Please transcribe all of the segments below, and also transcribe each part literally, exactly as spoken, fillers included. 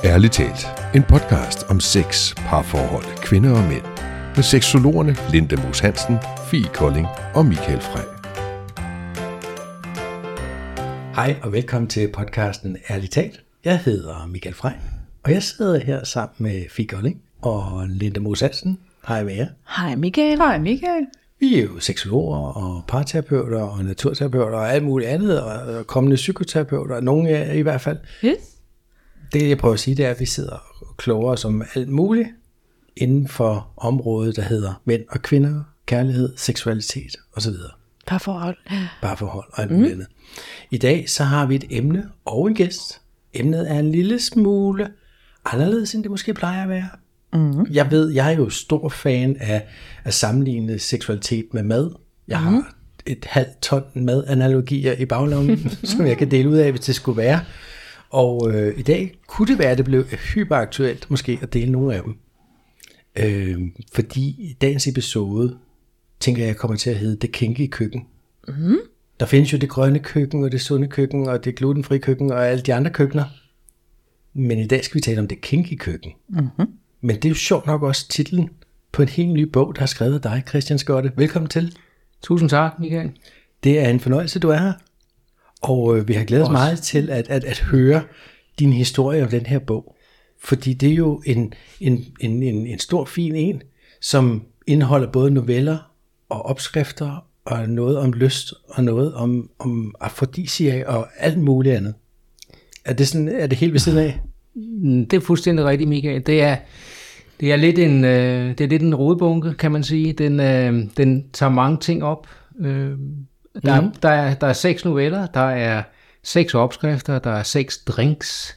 Ærligt talt, en podcast om sex, parforhold, kvinder og mænd. Med seksologerne Linda Moos Hansen, Fie Kolding og Michael Frey. Hej og velkommen til podcasten Ærligt talt. Jeg hedder Michael Frey, og jeg sidder her sammen med Fie Kolding og Linda Moos Hansen. Hej med jer. Hej Michael. Hej Michael. Vi er jo seksologer og parterapeuter og naturterapeuter og alt muligt andet, og kommende psykoterapeuter, nogle af jer i hvert fald. Yes. Det jeg prøver at sige, det er, at vi sidder og kloger os om alt muligt inden for området, der hedder mænd og kvinder, kærlighed, seksualitet osv. Parforhold. Parforhold og alt muligt andet. I dag så har vi et emne og en gæst. Emnet er en lille smule anderledes, end det måske plejer at være. Mm. Jeg ved, jeg er jo stor fan af at sammenligne seksualitet med mad. Jeg mm. har et halvt ton madanalogier i baglommen, som jeg kan dele ud af, hvis det skulle være. Og øh, i dag kunne det være, at det blev hyperaktuelt måske at dele nogle af dem. Øh, fordi i dagens episode, tænker jeg, kommer til at hedde Det Kinky Køkken. Mm. Der findes jo det grønne køkken, og det sunde køkken, og det glutenfri køkken, og alle de andre køkkener. Men i dag skal vi tale om Det Kinky Køkken. Mm-hmm. Men det er jo sjovt nok også titlen på en helt ny bog, der har skrevet af dig, Christian Skotte. Velkommen til. Tusind tak, Michael. Det er en fornøjelse, du er her. Og øh, vi har glædet os meget til at, at, at høre din historie om den her bog. Fordi det er jo en, en, en, en, en stor, fin en, som indeholder både noveller og opskrifter, og noget om lyst, og noget om, om afrodisia og alt muligt andet. Er det, sådan, er det helt ved siden af? Det er fuldstændig rigtigt, Michael. Det er, det er lidt en, øh, det er lidt en rodebunke, kan man sige. Den, øh, den tager mange ting op. Øh, der, mm. der, er, der er seks noveller, der er seks opskrifter, der er seks drinks,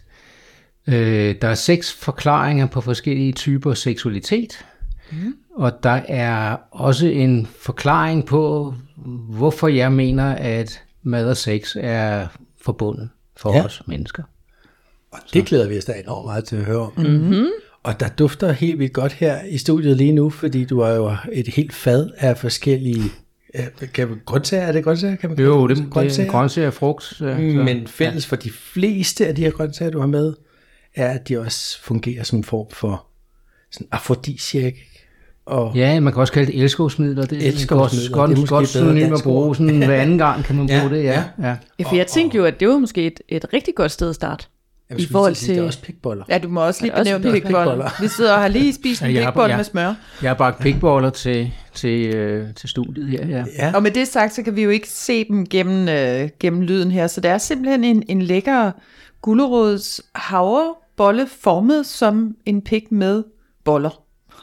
øh, der er seks forklaringer på forskellige typer seksualitet, mm. og der er også en forklaring på, hvorfor jeg mener, at mad og sex er forbundet for ja. os mennesker. Og det glæder vi os da enormt meget til at høre om. Mm-hmm. Og der dufter helt vildt godt her i studiet lige nu, fordi du har jo et helt fad af forskellige kan man, grøntsager. Er det grøntsager? Kan man jo, det, det er grøntsager og frugt. Ja, men fælles ja. for de fleste af de her grøntsager, du har med, er, at de også fungerer som en form for sådan afrodisiak. Og ja, man kan også kalde det elskovsmidler. Det er elskovsmidler. Godt, det er godt synonym at bruge sådan hver anden gang, kan man bruge ja, det. Ja. Ja. Ja, for jeg tænkte jo, at det var måske et, et rigtig godt sted at starte. Jeg I forhold til... Det er også pikboller. Ja, du må også lige benævne pikboller. Vi sidder og har lige spist en ja, pikbolle med smør. Jeg har bagt pikboller til, til, øh, til studiet her. Ja. Ja. Og med det sagt, så kan vi jo ikke se dem gennem, øh, gennem lyden her. Så det er simpelthen en, en lækker gulerods havrebolle formet som en pik med boller.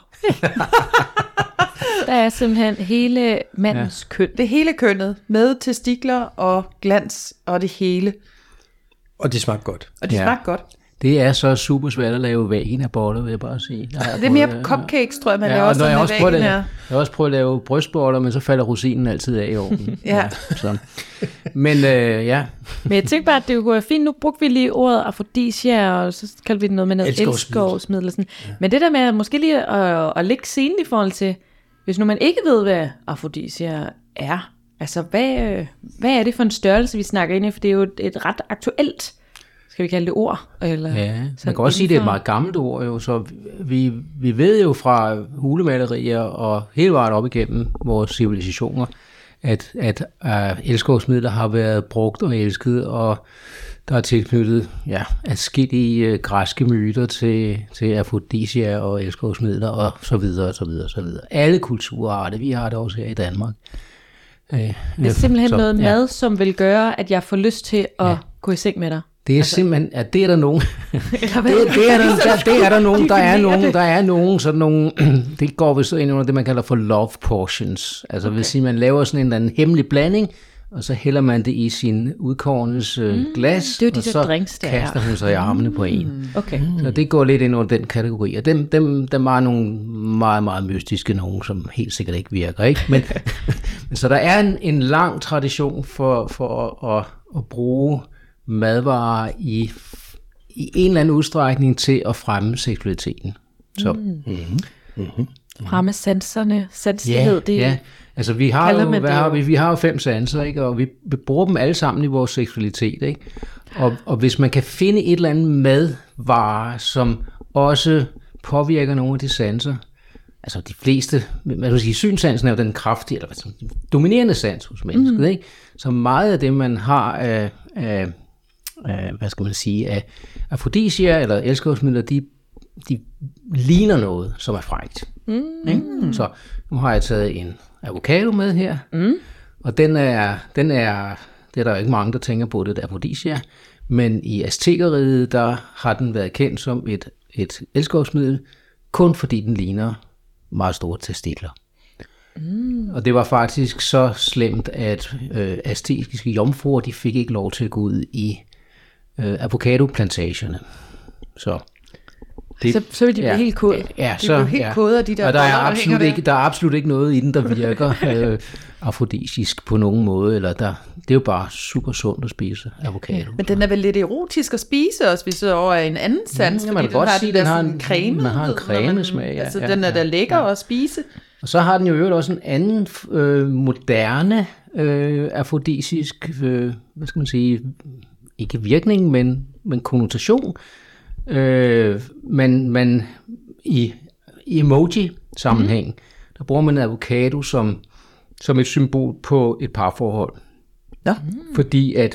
Der er simpelthen hele mandens ja. køn. Det hele kønnet med testikler og glans og det hele. Og det smagte godt. Og det ja. smagte godt. Det er så super svært at lave vaginaboller, vil jeg bare sige. Jeg det er mere prøvet, cupcakes, tror jeg, man ja, laver sådan med vagina. Jeg har også prøvet at lave brystboller, men så falder rosinen altid af i ovnen. ja. ja så. Men øh, ja. Men jeg tænkte bare, at det kunne være fint. Nu brugte vi lige ordet afrodisia, og så kaldte vi det noget med noget elskovsmiddel. Ja. Men det der med måske lige at, at lægge scenen i forhold til, hvis nu man ikke ved, hvad afrodisia er, altså hvad, hvad er det for en størrelse, vi snakker ind i? For det er jo et, et ret aktuelt, skal vi kalde det ord? Eller ja, man kan også sige, at det er et meget gammelt ord. Jo, så vi, vi ved jo fra hulemalerier og hele vejen op igennem vores civilisationer, at, at uh, elskovsmidler har været brugt og elsket, og der er tilknyttet ja, adskillige uh, græske myter til, til afrodisia og elskovsmidler og så videre, og så videre, og så videre. Alle kulturarter, vi har det også her i Danmark. Det er simpelthen så, noget mad, ja. som vil gøre, at jeg får lyst til at ja. gå i seng med dig. Det er altså, simpelthen, ja, det er der nogen. det, det, er der, der, det er der nogen, der er nogen, der er nogen, sådan nogle, det går vist ind under det, man kalder for love portions. Altså okay. vil sige, man laver sådan en eller anden hemmelig blanding, og så hælder man det i sin udkårnes mm, glas, det og de så drinks, kaster hun sig i armene på en. Okay. Så det går lidt ind under den kategori, og dem, dem, dem er nogle meget, meget mystiske nogen, som helt sikkert ikke virker. Ikke? Men, så der er en, en lang tradition for, for at, at bruge madvarer i, i en eller anden udstrækning til at fremme seksualiteten. Så. Mm-hmm. Mm-hmm. Fremme sanserne, sanselighed, Ja, det ja. Altså vi har kalder jo, man hvad det har jo. vi? Vi har jo fem sanser, ikke? Og vi bruger dem alle sammen i vores seksualitet, ikke? Og, og hvis man kan finde et eller andet madvare, som også påvirker nogle af de sanser, altså de fleste, hvad skal sige, synsansen er jo den kraftige, eller hvad skal man sige, dominerende sans hos mennesket, mm. ikke? Så meget af det, man har af, af, af hvad skal man sige, af afrodisia eller elskovsmidler, de, de ligner noget, som er frækt. Mm. Ikke? Så nu har jeg taget en avocado med her, mm. og den er, den er, det er der jo ikke mange, der tænker på, det er afrodisia, men i aztekeriget, der har den været kendt som et, et elskovsmiddel, kun fordi den ligner meget store testikler. Mm. Og det var faktisk så slemt, at øh, aztekiske jomfruer, de fik ikke lov til at gå ud i øh, avocadoplantagerne. Så det, Så, så vil de blive Ja. helt kodet. ja, De så, blev helt ja. kodet af de der Og der er, boller, der absolut hænger ikke, der er absolut ikke noget i den, der virker øh, afrodisisk på nogen måde. Eller der, det er jo bare super sundt at spise avocado. Men den er vel lidt erotisk at spise også, hvis det over en anden sans, Ja, man fordi kan godt har sige, den den har sådan en- creme, man har en ved, når man- cremesmag, ja, Altså, ja, den er da ja, lækker at spise. Og så har den jo i øvrigt også en anden øh, moderne øh, afrodisisk, øh, hvad skal man sige, ikke virkning, men, men konnotation. Øh, men man i, i emoji-sammenhæng, mm. der bruger man avocado som, som et symbol på et parforhold. Nå. Fordi at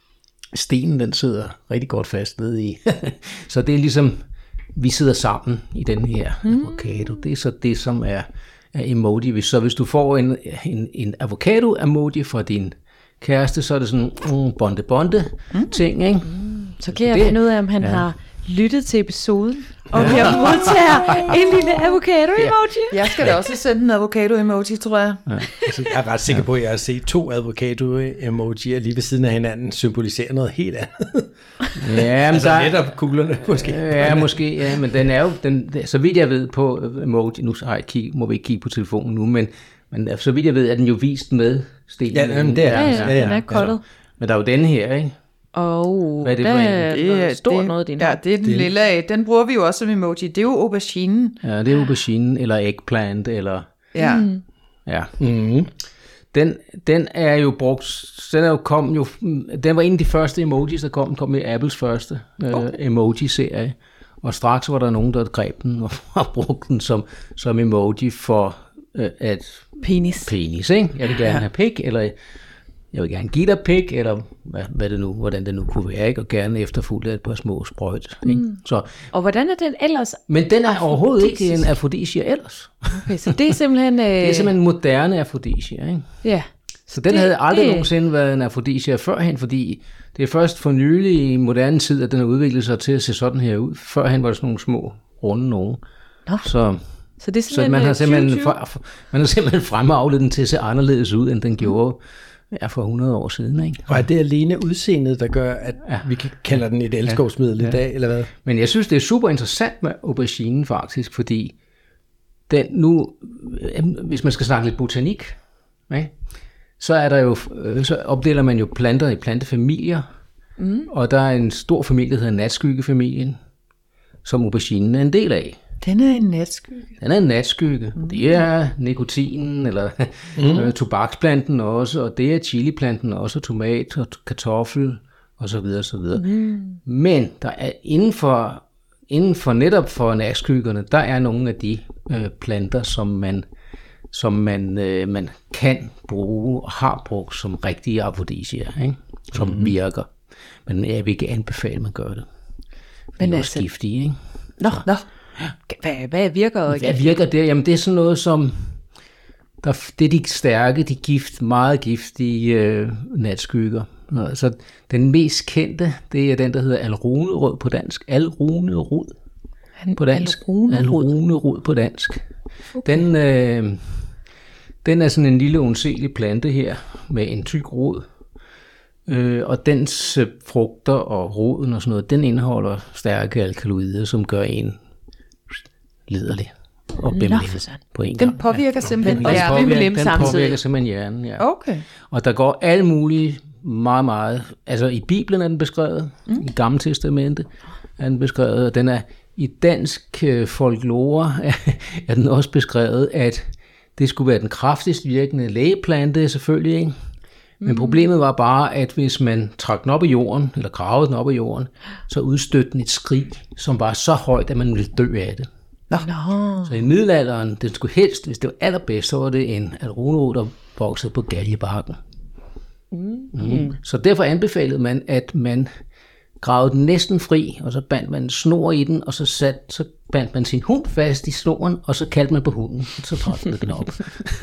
stenen, den sidder rigtig godt fast nede i. Så det er ligesom, vi sidder sammen i den her mm. avocado. Det er så det, som er, er emoji. Så hvis du får en, en, en avocado-emoji fra din kæreste, så er det sådan en bonde-bonde ting, ikke? Så kan jeg Det- finde ud af, om han ja. har lyttet til episoden, og vi har modtager en lille avocado-emoji. Jeg skal da også sende en avocado-emoji, tror jeg. Altså, jeg er ret sikker på, at jeg har set to avocado-emojier lige ved siden af hinanden symboliserer noget helt andet. Ja, men Altså der, netop kuglerne måske. ja, måske, ja, men den er jo, den, så vidt jeg ved på emoji, nu har jeg kig, må vi ikke kigge på telefonen nu, men, men så vidt jeg ved, er den jo vist med stenen. Ja, jamen, det er Ja, den. ja, den er koldet. Men der er jo denne her, ikke? Og Hvad er det der for en? er Det noget stort det, noget i din Ja, hånd. det er den lille af. Den bruger vi jo også som emoji. Det er jo auberginen. Ja, det er aubergine, eller eggplant, eller, Ja. Mm. ja. Mm. Den, den er jo brugt, den er jo kom jo, den var en af de første emojis, der kom, kom i Apples første øh, emoji-serie, og straks var der nogen, der greb den og, og brugte den som, som emoji for øh, at Penis. penis, ikke? Jeg vil gerne have pik, eller jeg vil gerne give dig pik, eller hvad, hvad det nu, hvordan det nu kunne være, ikke? Og gerne efterfulgt af et par små sprøjt, ikke? Så, Og hvordan er den ellers? men den er overhovedet ikke en afrodisia ellers. Okay, så det er simpelthen... Øh, Det er simpelthen en moderne afrodisia, ikke? Ja. Så den Det- havde aldrig det- nogensinde været en afrodisia førhen, fordi det er først for nylig i moderne tid, at den har udviklet sig til at se sådan her ud. Førhen var det sådan nogle små, runde nogen. Nå. Så, Så det er så simpelthen man, har øh, simpelthen, tyve tyve. fra, man har simpelthen fremavlet den til at se anderledes ud, end den gjorde ja, for hundrede år siden. Ikke? Og er det alene udseendet, der gør, at Ja. vi kan kalde den et elskovsmiddel i dag, eller hvad? Men jeg synes, det er super interessant med auberginen faktisk, fordi den nu, øh, hvis man skal snakke lidt botanik, ikke? så er der jo, øh, så opdeler man jo planter i plantefamilier, mm. og der er en stor familie, der hedder natskyggefamilien, som auberginen er en del af. Den er en natskygge. Den er en natskygge. Mm. Det er nikotinen, eller mm. øh, tobaksplanten også, og det er chiliplanten også, og tomat og kartoffel, og så videre, så videre. Mm. Men der er inden for, inden for netop for natskyggerne, der er nogle af de øh, planter, som man, som man, øh, man kan bruge og har brugt som rigtige afrodisier, ikke? Som mm. virker. Men jeg vil ikke anbefale, at man gør det. Men det er også giftige, ikke? Nå, nå. Hvad, hvad virker Hvad virker det? Jamen det er sådan noget som, der, det er de stærke, de gift, meget giftige øh, natskygger. Så den mest kendte, det er den, der hedder alrunerod på dansk. Alrunerod på dansk. Alrunerod. Alrunerod på dansk. Okay. Den, øh, den er sådan en lille ondselig plante her, med en tyk rod. Øh, og dens øh, frugter og roden og sådan noget, den indeholder stærke alkaloider, som gør en liderlig og bimmelim på en gang. Den påvirker simpelthen Men også hjernen. bimmelim påvirker, den samtidig. påvirker simpelthen hjernen, ja. Okay. Og der går alle mulige meget, meget... Altså i Bibelen er den beskrevet, mm. i Gamle Testamente er den beskrevet, og den er i dansk øh, folklore er, er den også beskrevet, at det skulle være den kraftigst virkende lægeplante, selvfølgelig, ikke? Men mm. problemet var bare, at hvis man trak den op i jorden, eller gravede den op i jorden, så udstødte den et skrig, som var så højt, at man ville dø af det. Nå. Så i middelalderen, den skulle helst, hvis det var allerbedst, så var det en alrunrod, der voksede på galjebarken. Mm. Mm. Så derfor anbefalede man, at man gravede den næsten fri, og så bandt man en snor i den, og så, sat, så bandt man sin hund fast i snoren, og så kaldte man på hunden, så trak den den op.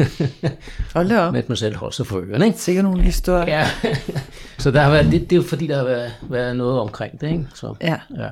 Hold da op. Med at man selv holdt sig for ørerne, ikke? Sikkert nogle historier. Ja. Så der har været, det, det er jo fordi, der har været, været noget omkring det, ikke? Så, ja. ja.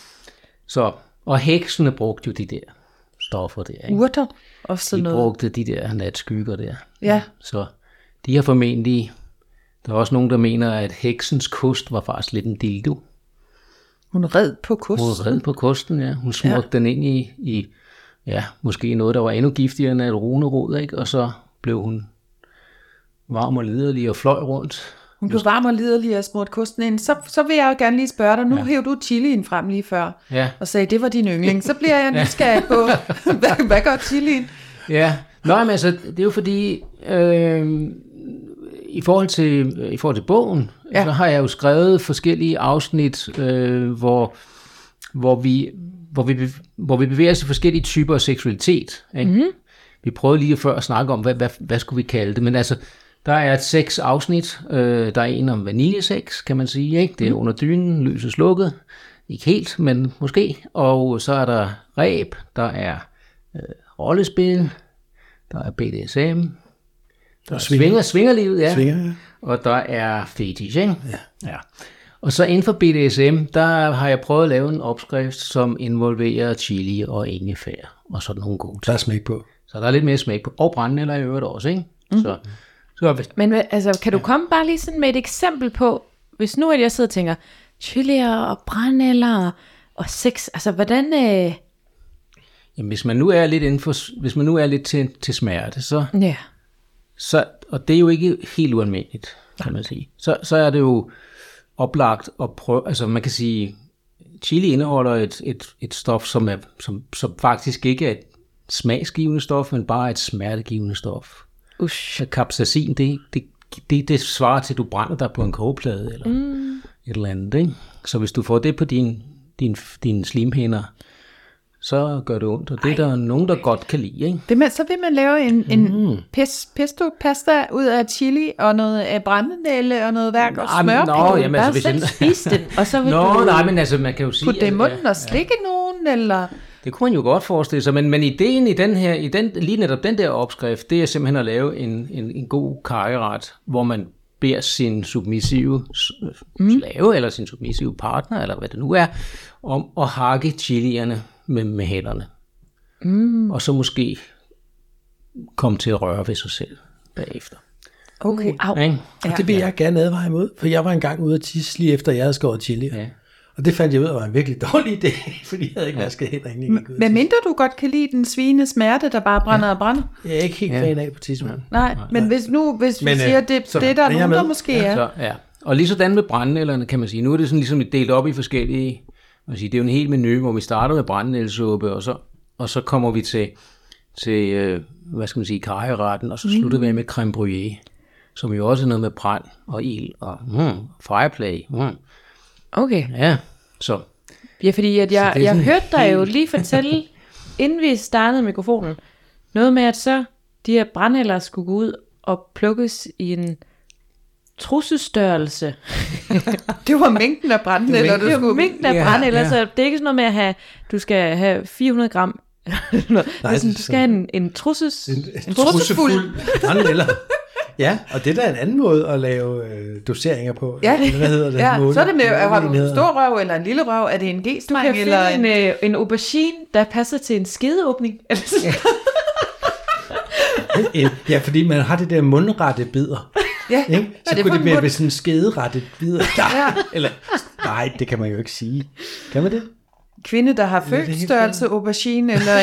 Så, og heksene brugte jo de der stoffer der, ikke? Urter og sådan de noget. De brugte de der natskygger der. Ja. Så de har formentlig, der er også nogen, der mener, at heksens kost var faktisk lidt en dildo. Hun red på kosten. Hun red på kosten, ja. Hun smurte ja. den ind i, i, ja, måske noget, der var endnu giftigere end et runerod, ikke? Og så blev hun varm og liderlig og fløj rundt. Hun blev varm og liderlig og smurte kosten ind. Så, så vil jeg jo gerne lige spørge dig. Nu ja. hævde du chilien frem lige før, ja. og sagde, det var din yndling. Så bliver jeg nysgerrig på, hvad, hvad gør chilien? Ja, nej, men altså, det er jo fordi, øh, i forhold til, i forhold til bogen, ja. så har jeg jo skrevet forskellige afsnit, øh, hvor, hvor, vi, hvor, vi, hvor vi bevæger os i forskellige typer af seksualitet. Ikke? Mm-hmm. Vi prøvede lige før at snakke om, hvad, hvad, hvad skulle vi kalde det, men altså, der er et seks afsnit. Øh, der er en om vaniljesex, kan man sige. Ikke? Det er mm. under dynen, lyset slukket. Ikke helt, men måske. Og så er der ræb, der er øh, rollespil, der er B D S M, der er svinger, svingerlivet, ja. Svinger, ja. Og der er fetish, ikke? Ja. Ja. Og så inden for B D S M, der har jeg prøvet at lave en opskrift, som involverer chili og ingefær, og sådan nogle gode ting. Der er smæk på. Så der er lidt mere smæk på. Og brændenælder i øvrigt også, ikke? Mm. Så, så hvis... Men altså, kan du komme bare lige sådan med et eksempel på, hvis nu at jeg sidder og tænker, chili og brændenælder og sex, altså hvordan... Øh... Jamen, hvis man nu er lidt inden for, hvis man nu er lidt til, til smerte, så... Ja. Så, og det er jo ikke helt ualmindeligt, kan man sige. Så, så er det jo oplagt at prøve, altså man kan sige, chili indeholder et, et, et stof, som, er, som, som faktisk ikke er et smagsgivende stof, men bare et smertegivende stof. Ush. Så capsaicin, det, det, det, det svarer til, at du brænder dig på en kogeplade, eller mm. et eller andet, ikke? Så hvis du får det på din, din, dine slimhinder, så gør det ondt, og det er der nogen, der godt kan lide, ikke? Det med, så vil man lave en, en mm. pes, pesto pasta ud af chili og noget af brændenælde og noget værk og smør på. Nå, jamen, altså, selv hvis spise den, og så vil Nå, du... nej, men altså, man kan jo sige... Putte det i munden ja, og slikke ja. nogen, eller... Det kunne man jo godt forestille sig, men, men ideen i den her, i den, lige netop den der opskrift, det er simpelthen at lave en, en, en god karryret, hvor man beder sin submissive mm. slave, eller sin submissive partner, eller hvad det nu er, om at hakke chilierne med, med hænderne. Mm. Og så måske komme til at røre ved sig selv bagefter. Okay, au. Ja, og det vil jeg gerne advare imod, for jeg var engang ude at tisse lige efter, jeg havde skåret chili. Ja. Og det fandt jeg ud af var en virkelig dårlig idé, fordi jeg havde ikke vasket hænder, inden jeg gik ud. Men mindre du godt kan lide den svine smerte, der bare brænder ja. og brænder. Jeg er ikke helt ja. fan af på tidsmanden. Nej, Nej, men hvis nu hvis men, vi siger, at det, så, det er der nogen, der måske ja. er. Så, ja. Og lige sådan med brændenælderne, kan man sige, nu er det sådan ligesom delt op i forskellige, man siger, det er jo en hel menu, hvor vi starter med brændenældesuppe, og så, og så kommer vi til, til øh, hvad skal man sige, karryretten, og så slutter mm. vi med creme brûlée, som jo også er noget med brænd og ild og mm, fireplay. Mm. Okay. Ja, så. Ja, fordi at jeg, jeg hørte dig jo lige fortælle, inden vi startede mikrofonen, noget med, at så de her brændenælder skulle gå ud og plukkes i en trussestørrelse. Det var mængden af brændenælder, du det skulle... mængden af brændenælder, ja, ja. Så det er ikke sådan noget med at have, du skal have fire hundrede gram. Nej, det er sådan, du skal have en, en trusses... En, en trussefuld brændenælder. Ja, og det er da en anden måde at lave øh, doseringer på. Ja, hvad hedder det? Ja. Så er det med, har du en stor røv eller en lille røv? Er det en G-streng? Du kan eller finde en, en, en aubergine, der passer til en skedeåbning. Ja. Ja, fordi man har det der mundrette bidder. Ja. Ikke? Så det kunne det være mund... sådan en skederette bidder. Ja. Eller, nej, det kan man jo ikke sige. Kan man det? Kvinde, der har fødselsstørrelse aubergine, eller...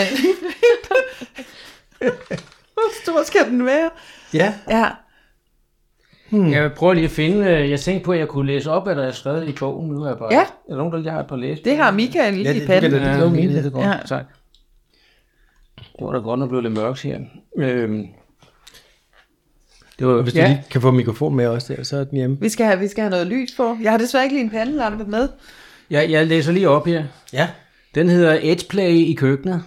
Hvor stor skal den være? Ja. Ja. Hmm. Jeg prøver lige at finde, jeg tænkte på, at jeg kunne læse op, hvad der er skrevet i bogen. Nu er jeg bare, ja. Er der nogen, der lige har et par læse? Det har Michael lige ja, i panden. Det, det, det, det, det, det, det, godt. Ja. Tak. Det var da godt, når det blev lidt mørkt her. Øhm. Det var, hvis du ja. lige kan få mikrofonen med også der, så er den hjemme. Vi skal have, vi skal have noget lys på. Jeg har desværre ikke lige en pandelampe med. Ja, jeg læser lige op her. Ja. Den hedder Edgeplay i køkkenet.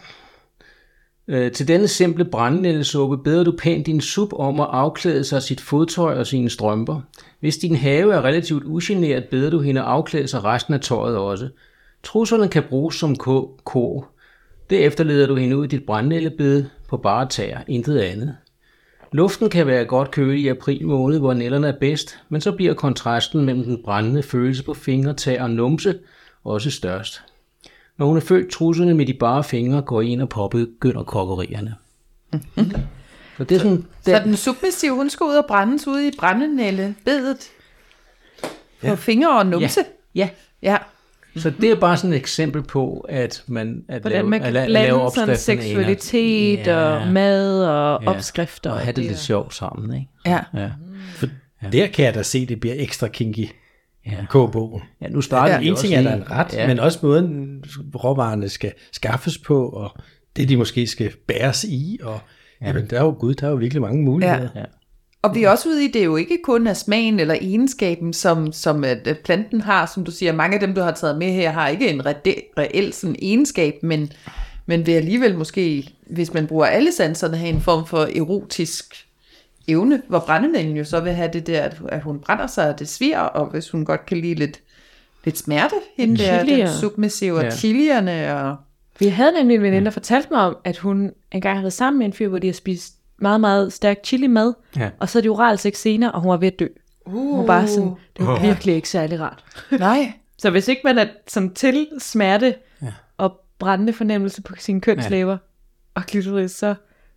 Øh, til denne simple brændenældesuppe beder du pænt din sup om at afklæde sig sit fodtøj og sine strømper. Hvis din have er relativt ugeneret, beder du hende at afklæde sig resten af tøjet også. Trusserne kan bruges som kog. Derefter leder du hende ud i dit brændenældebed på bare tæer, intet andet. Luften kan være godt kølig i april måned, hvor nælderne er bedst, men så bliver kontrasten mellem den brændende følelse på fingre, tæer og numse også størst. Når hun er følt trusserne med de bare fingre, går I ind og påbegynder kokkerierne. Mm-hmm. Så det er sådan... Så, så den submissive, hun skal ud og brændes ude i brændenældebedet på ja. fingre og numse? Ja. ja. ja. Så det er bare sådan et eksempel på, at man at hvordan lave, man kan at blande lave sådan seksualitet ja. og mad og ja. opskrifter. Og have det lidt sjovt sammen, ikke? Ja. ja. For ja. der kan jeg da se, det bliver ekstra kinky. Ja. Kobogen. Ja, nu starter ja, en ting er der en ret, ja. men også måden råvarerne skal skaffes på, og det de måske skal bæres i, og ja. jamen, der er jo gud, der er jo virkelig mange muligheder. Ja. Ja. Og vi er også ude i, det er jo ikke kun af smagen eller egenskaben, som, som at planten har, som du siger, mange af dem, du har taget med her, har ikke en reel sådan egenskab, men, men vil alligevel måske, hvis man bruger alle sanserne, have en form for erotisk evne, hvor brændenælden jo så vil have det der, at hun brænder sig, og det sviger, og hvis hun godt kan lide lidt, lidt smerte, hende der, den submissive, og ja. chilierne. Og... Vi havde nemlig en veninde, der fortalte mig om, at hun engang havde været sammen med en fyr, hvor de har spist meget, meget stærk chili mad, ja. og så er de oral sex senere, og hun var ved at dø. Uh. Hun var bare sådan, det var virkelig ikke særlig rart. Nej. Så hvis ikke man er som til smerte ja. og brændende fornemmelse på sine kønslæber ja. og klitoris, så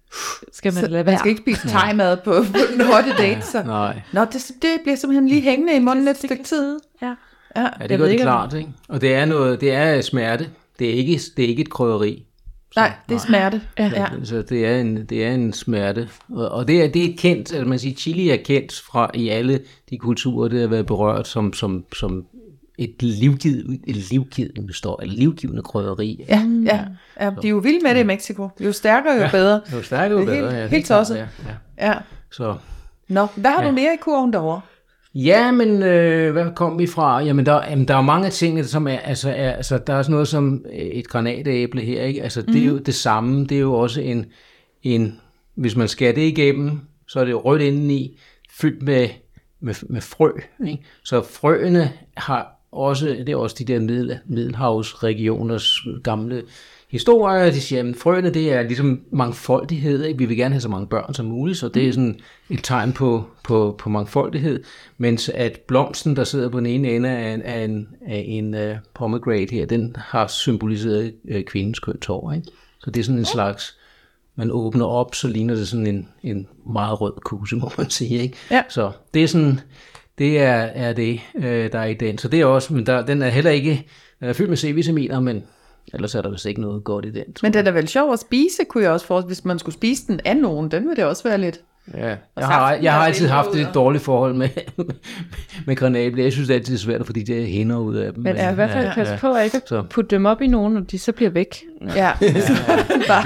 skal man så lade være. Man skal ikke spise thai-mad på, på den hårde date. Så. Nej. Nå, det, det bliver simpelthen lige hængende i munden et stykke tid. Ja, ja. ja det gør det klart, ikke? Og det er noget, det er smerte. Det er ikke, det er ikke et krydderi. Så, nej, det er smerte. Ja. Ja. Så det er en, det er en smerte. Og, og det er det er kendt, altså man siger, chili er kendt fra i alle de kulturer, det har været berørt som som som et livgivende, et livgivende består, et livgivende krydderi. Ja, ja. ja. De er jo vilde med det i Mexico. Jo stærkere, jo bedre. Ja, jo stærkere, jo bedre. Helt, ja, helt tosset. Ja, ja. ja. Så. Nå, hvad har ja. du mere i kurven derovre? Ja, men øh, hvad kom vi fra? Jamen, der, jamen, der er mange af tingene, som er, altså, er, altså, der er sådan noget som et granatæble her, ikke? Altså, det er jo det samme, det er jo også en, en, hvis man skærer det igennem, så er det jo rødt indeni, fyldt med, med, med frø, ikke? Så frøene har også, det er også de der middel, middelhavsregioners gamle historier, de siger, at frøene, det er ligesom mangfoldighed, ikke? Vi vil gerne have så mange børn som muligt, så det er sådan et tegn på, på, på mangfoldighed, mens at blomsten, der sidder på den ene ende af en, af en, af en uh, pomegranate her, den har symboliseret uh, kvindens kønshår, ikke? Så det er sådan en slags, man åbner op, så ligner det sådan en, en meget rød kuse, må man sige, ikke? Ja. Så det er sådan, det er, er det, øh, der er i den. Så det er også, men der, den er heller ikke, den er fyldt med C-vitaminer, men ellers er der vist ikke noget godt i den. Men den er vel sjov at spise, kunne jeg også forestille, hvis man skulle spise den af nogen, den vil det også være lidt. Ja, jeg har, jeg har altid haft et dårligt forhold med, med, med granatæbler. Jeg synes det er altid svært at få de der hænder ud af dem. Men er i hvert fald passe på at ikke at putte dem op i nogen, og de så bliver væk. Ja, ja. Bare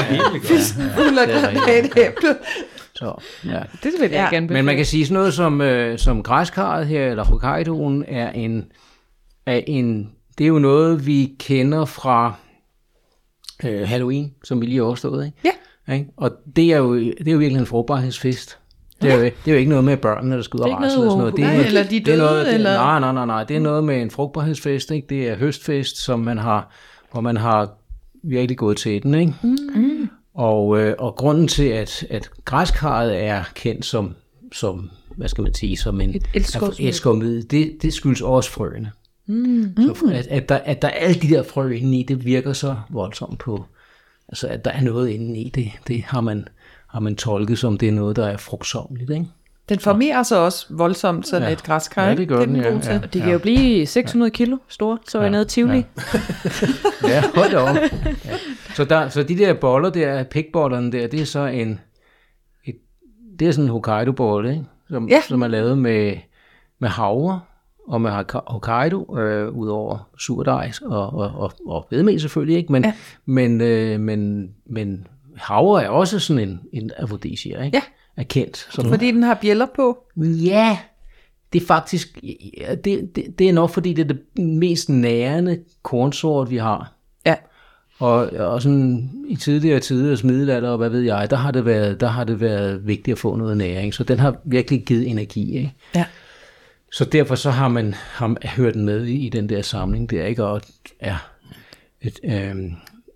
fisken fuld af granatæbler. Så, ja. Det vil jeg ja. gerne beføre. Men man kan sige sådan noget som, øh, som græskarret her, eller Hokkaidoen, er en, er en, det er jo noget, vi kender fra øh, Halloween, som vi lige overstået, ikke? Ja. Ikke? Og det er, jo, det er jo virkelig en frugtbarhedsfest. Det er, jo, det er jo ikke noget med børnene, der skal ud og rasle og sådan noget. Det er, nej, eller de døde, det er noget, det, eller... Nej, nej, nej, nej. Det er noget med en frugtbarhedsfest, ikke? Det er høstfest, som man har, hvor man har virkelig gået til den, ikke? Mm. Og, øh, og grunden til, at, at græskarret er kendt som, som, hvad skal man sige, som en elskovsmiddel, det, det skyldes også frøene. Mm. Så at, at, der, at der er alle de der frø inde i, det virker så voldsomt på, altså at der er noget inde i det, det har man, har man tolket som, det er noget, der er frugtsomligt, ikke? Den formerer sig også voldsomt, sådan ja. et græskar. Ja, det gør den, den ja, ja, ja. Det kan jo blive seks hundrede kilo store, så er jeg nede i Tivoli. Ja, ja hold da op. Ja. Så, der, så de der boller der, pikbollerne der, det er så en, et, det er sådan en Hokkaido-bolle, ikke? som, Ja. som er lavet med, med havre og med Hokkaido, øh, udover surdej og, og, og, og hvedemel selvfølgelig, ikke? Men, Ja. men, øh, men, men havre er også sådan en, en afrodisiak, ikke? Ja. Er kendt. Som, Fordi den har bjælder på. Ja, det er faktisk, ja, det, det, det er nok fordi, det er det mest nærende kornsort, vi har. Ja. Og, og sådan i tidligere tider, middelalder og hvad ved jeg, der har det været, der har det været vigtigt at få noget næring. Så den har virkelig givet energi, ikke? Ja. Så derfor så har man har hørt den med i, i den der samling der, ikke? Og ja, et, øhm,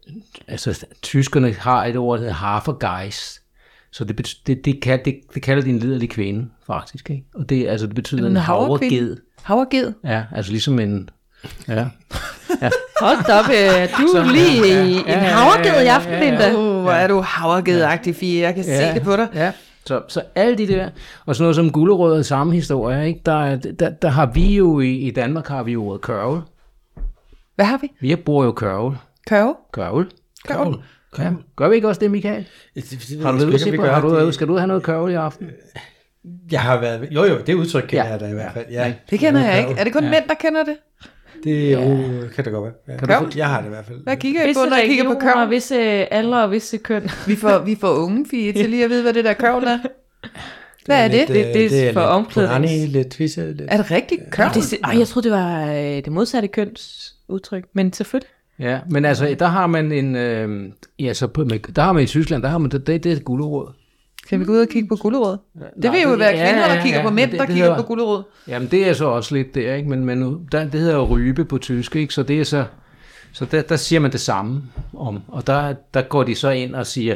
altså tyskerne har et ord, der hedder Hafergeist. Så det, bet- det, det, kan, det, det kalder de en liderlig kvinde, faktisk, ikke? Og det, altså, det betyder en havreged. Havreged. Ja, altså ligesom en... Ja. Ja. Hold da op, øh, du er lige ja, i ja, en ja, havreged i aften, ja, ja, Linda. Uh, hvor er du havreged-agtig, Fie. Jeg kan se det på dig. Ja, så, så alle de der, og sådan noget som gulerødder og samme historie, ikke? Der, er- der, der har vi jo i, i Danmark har vi jo ordet kørvel. Hvad har vi? Vi bruger jo kørvel. Kørve? Kørvel. Kørvel. Ja. Gør vi ikke også det, Michael? Det, det, det, Har du ved lyst jeg til sgu ikke, om vi har gør. du, Det- skal du have noget kørvel i aften? Jeg har været... Jo, jo, det udtryk kender Ja. jeg da i hvert fald. Ja. Det kender jeg ikke. Er det kun mænd, der kender det? Det er jo... Kan det godt være. Ja. Kørvel? Jeg har det i hvert fald. Hvad kigger I på, Visse når jeg kigger på regioner, kørvel? visse alder og visse køn. Vi får, vi får unge, Fie, til lige at vide, hvad det der kørvel er. Hvad er det? Lidt, Det- øh, det er det er for lidt omklædnings- Rani, lidt visse, lidt... Er det rigtigt kørvel? Det, ej, jeg troede, det var øh, det modsatte køns udtryk, men selvfølgelig. Ja, men altså, der har man en... Øh, ja, så på, med, der har man i Tyskland, der har man det, det, det er gulerod. Skal vi gå ud og kigge på gulerod? Det Nej, vil jo det- være ja, kvinder, der ja, kigger ja, på men mænd, det- der det kigger hedder- på gulerod. Jamen, det er så også lidt der, ikke? Men, men nu, der, det hedder jo rybe på tysk, ikke? Så det er så... Så der, der siger man det samme om. Og der, der går de så ind og siger,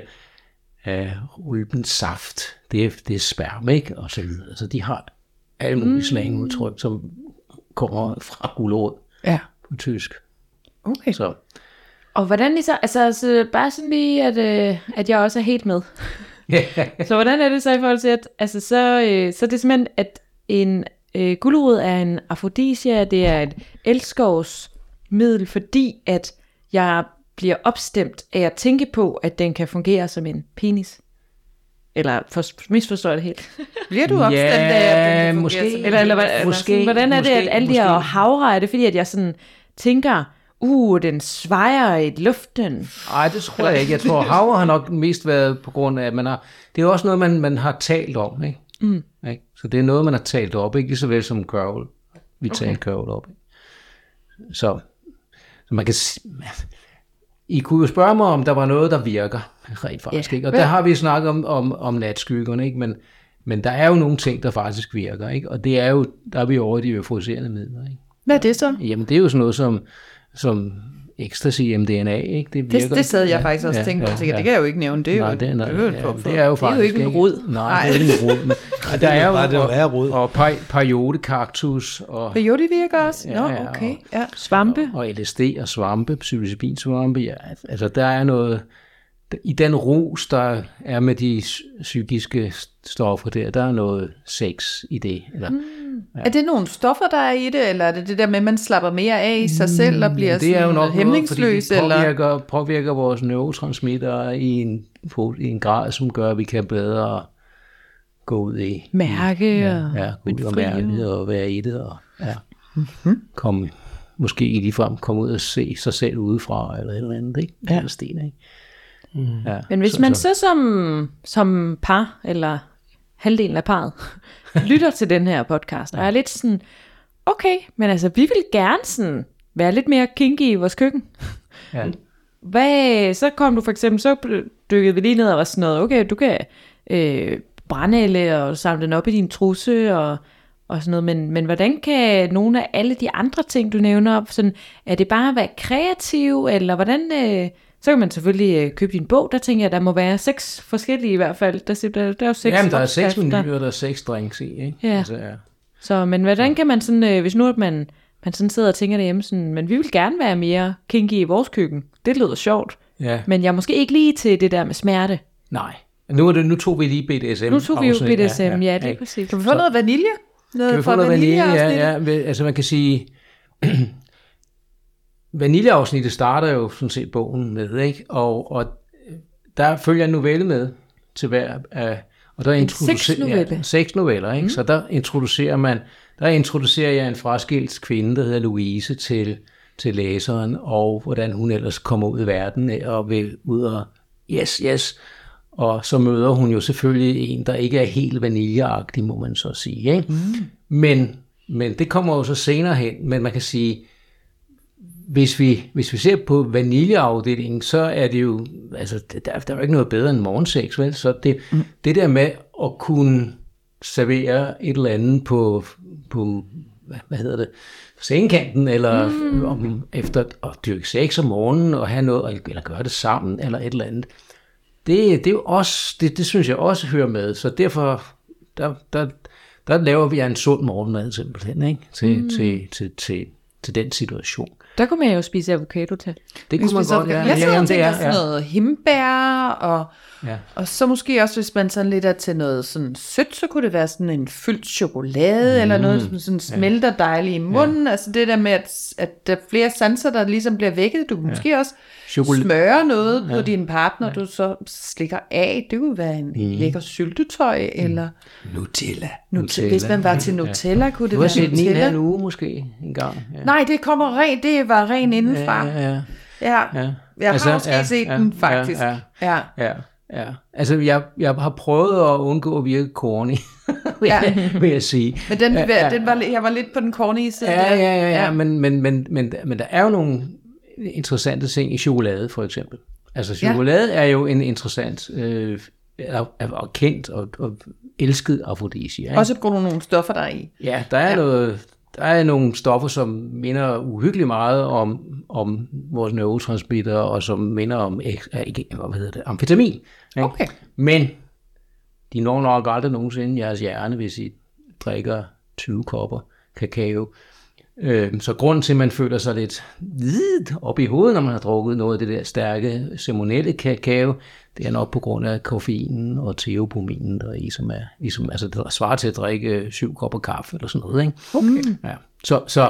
uh, rybens saft, det er, det er sperm, ikke? Og så videre. Så de har alle mulige mm. slangudtryk, som kommer fra gulerod Ja. på tysk. Okay. Så Og hvordan lige så, altså, altså bare sådan lige, at, øh, at jeg også er helt med. Så hvordan er det så i forhold til, at altså, så, øh, så er det simpelthen, at en øh, gulerod er en afrodisia, det er et elskovsmiddel, fordi at jeg bliver opstemt af at tænke på, at den kan fungere som en penis. Eller for, misforstår jeg det helt? Bliver du opstemt Ja, af, at den kan måske. fungere som- Eller, eller, eller Måske, sådan, hvordan er det, måske, at alle de her måske. havre, er det fordi, at jeg sådan tænker, uh, den svejer i luften. nej, det tror jeg ikke. Jeg tror, havre har nok mest været på grund af, at man har... Det er jo også noget, man, man har talt om, ikke? Mm. Ikke? Så det er noget, man har talt op, ikke? Lige så vel som kørvel. Vi talte okay. kørvel op, ikke? Så, så man kan... s- I kunne jo spørge mig, om der var noget, der virker, rent faktisk, Ja. ikke? Og der har vi snakket om, om, om natskyggerne, ikke? Men, men der er jo nogle ting, der faktisk virker, ikke? Og det er jo, der er vi over i de euforiserende midler, ikke? Hvad er det så? Jamen, det er jo sådan noget som, som ecstasy, M D M A, ikke? Det, Det, det sad jeg faktisk også og tænkte på. Det kan jeg jo ikke nævne. Det er jo, Nej, det er, det er jo, en ja, form for- det er jo faktisk det er jo ikke en rod. Nej, det er ikke en rod. Men, og der er jo bare det og, værre rod. og per- periodekaktus og, Men jo, det virker også. Nå, Ja, ja, okay. og- Ja. Svampe. og L S D og svampe, psilocybinsvampe. Ja, altså der er noget, i den rus, der er med de psykiske stoffer der, der er noget sex i det. Eller, mm. Er det nogle stoffer, der er i det, eller er det det der med, at man slapper mere af i sig selv og bliver det er jo sådan nok hæmningsløs? noget, fordi det Eller? påvirker, påvirker vores neurotransmitter i en, på, i en grad, som gør, at vi kan bedre gå ud i... Mærke Ja, og ja gå ud og befrie. mærke og være i det, og ja, Mm-hmm. komme, måske ligefrem komme ud og se sig selv udefra, eller et eller andet, ikke? Ja. Eller sten, ikke? Mm. Ja, Men hvis man så som, som par, eller halvdelen af parret, lytter til den her podcast, og er lidt sådan, okay, men altså, vi vil gerne sådan være lidt mere kinky i vores køkken. Ja. Hvad, så kom du for eksempel, så dykkede vi lige ned og var sådan noget, okay, du kan øh, brænde og samle den op i din trusse og, og sådan noget, men, men hvordan kan nogle af alle de andre ting, du nævner, sådan, er det bare at være kreativ, eller hvordan, øh, så kan man selvfølgelig øh, købe din bog, der tænker jeg, der må være seks forskellige i hvert fald, der, der, der er jo seks Jamen, der er seks opskrifter. menuer, der er seks drinks i, ikke? Ja. Altså, ja. Så, men hvordan kan man sådan, øh, hvis nu at man, man sådan sidder og tænker derhjemme sådan, men vi vil gerne være mere kinky i vores køkken, det lyder sjovt, Ja. men jeg er måske ikke lige til det der med smerte. Nej. Nu, er det, nu tog vi lige B D S M. Nu tog vi jo afsnit. B D S M, ja, ja, det er ikke? præcis. Kan vi få noget vanilje? Noget Kan vi fra få noget vanilje? vaniljeafsnittet? Ja, ja. Vel, altså man kan sige, vaniljeafsnittet starter jo sådan set bogen med, ikke? Og, og der følger en novelle med til hver af, Og der introducerer ja, seks noveller, ikke? Mm. Så der introducerer man, der introducerer jeg en fraskilt kvinde, der hedder Louise, til, til læseren, og hvordan hun ellers kommer ud i verden, og vil ud og yes, yes, og så møder hun jo selvfølgelig en, der ikke er helt vaniljeagtig, må man så sige, ikke? Mm. Men, men det kommer jo så senere hen, men man kan sige, Hvis vi, hvis vi ser på vaniljeafdelingen, så er det jo, altså der, der er jo ikke noget bedre end morgensex, vel? Så det, mm. det der med at kunne servere et eller andet på, på hvad, hvad hedder det, sengekanten, eller mm. om, efter at dyrke sex om morgenen, og have noget, eller gøre det sammen, eller et eller andet, det, det er jo også, det, det synes jeg også hører med, så derfor, der, der, der laver vi en sund morgenmad simpelthen, ikke? Til, mm. til, til, til, til den situation. Der kunne man jo spise avocado til. Det kunne man godt, ja. Jeg sidder og tænker sådan noget hindbær, og, ja. og så måske også, hvis man sådan lidt er til noget sådan sødt, så kunne det være sådan en fyldt chokolade, mm. eller noget, som sådan smelter ja. dejligt i munden. Ja. Altså det der med, at, at der er flere sanser, der ligesom bliver vækket. Du kan ja. måske også Chokolade. smøre noget ja. på din partner, ja. du så slikker af. Det kunne være en mm. lækker syltetøj, mm. eller Nutella. Nutella. Hvis man var til Nutella, ja. kunne det du være Nutella. Du har set Nutella. en uge måske en gang. Ja. Nej, det kommer rent, det var ren indenfra. Ja, ja, ja. Ja, ja. jeg altså, har måske ja, set ja, den faktisk. Ja, ja. ja, ja. Altså, jeg, jeg har prøvet at undgå at virke corny, ja. vil jeg sige. Men den, ja, den var, jeg var lidt på den corny side. Ja, ja, ja, ja. ja. Men, men, men, men, men der er jo nogle interessante ting i chokolade, for eksempel. Altså, chokolade ja. er jo en interessant øh, og kendt og, og elsket afrodisia. Også på nogle stoffer, der er i. Ja, der er ja. noget... Der er nogle stoffer, som minder uhyggeligt meget om, om vores neurotransmitter, og som minder om ikke, hvad hedder det, amfetamin. Okay. Men de når nok aldrig nogensinde jeres hjerne, hvis I drikker tyve kopper kakao. Så grunden til, at man føler sig lidt op i hovedet, når man har drukket noget af det der stærke salmonelle kakao, det er nok på grund af koffeinen og teopominen, der er i, som er ligesom, altså det svarer til at drikke syv kopper kaffe eller sådan noget, ikke? Okay. Ja. Så, så,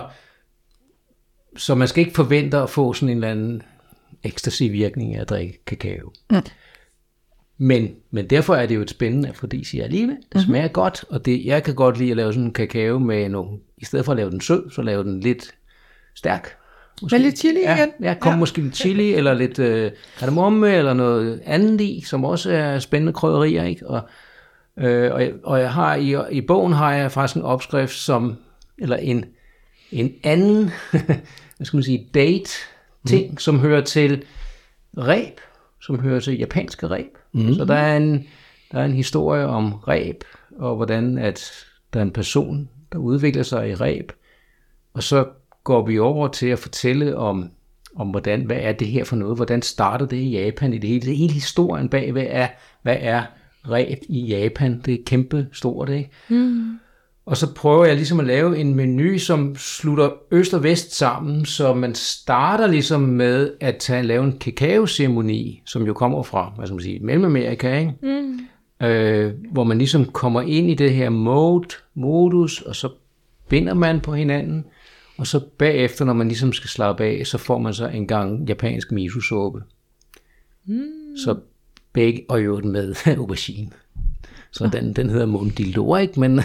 så man skal ikke forvente at få sådan en eller anden ecstasy-virkning af at drikke kakao. Mm. Men, men derfor er det jo et spændende afrodisia alligevel. Det smager mm-hmm. godt, og det, jeg kan godt lide at lave sådan en kakao med nogle, i stedet for at lave den sød, så lave den lidt stærk. Med lidt chili ja, igen? Ja, kom ja. måske lidt chili, eller lidt øh, kardemomme, eller noget andet i, som også er spændende krydderier, ikke? Og, øh, og, jeg, og jeg har i, i bogen har jeg faktisk en opskrift, som, eller en, en anden, hvad skal man sige, date-ting, mm. som hører til reb, som hører til japanske reb. Mm. Så der er, en, der er en historie om reb, og hvordan at der er en person, der udvikler sig i reb, og så går vi over til at fortælle om, om hvordan, hvad er det her for noget, hvordan starter det i Japan i det hele, det hele historien bag, hvad er, hvad er reb i Japan, det er kæmpe stort, ikke? Mm. Og så prøver jeg ligesom at lave en menu, som slutter øst og vest sammen, så man starter ligesom med at tage, lave en kakaoceremoni, som jo kommer fra, hvad skal man sige, Mellemamerika, ikke? Mm. Øh, hvor man ligesom kommer ind i det her mode, modus, og så binder man på hinanden, og så bagefter, når man ligesom skal slappe af, så får man så en gang japansk miso-suppe. Mm. Så begge, og jo med aubergine. Så den, den hedder Mundilor, ikke? Men,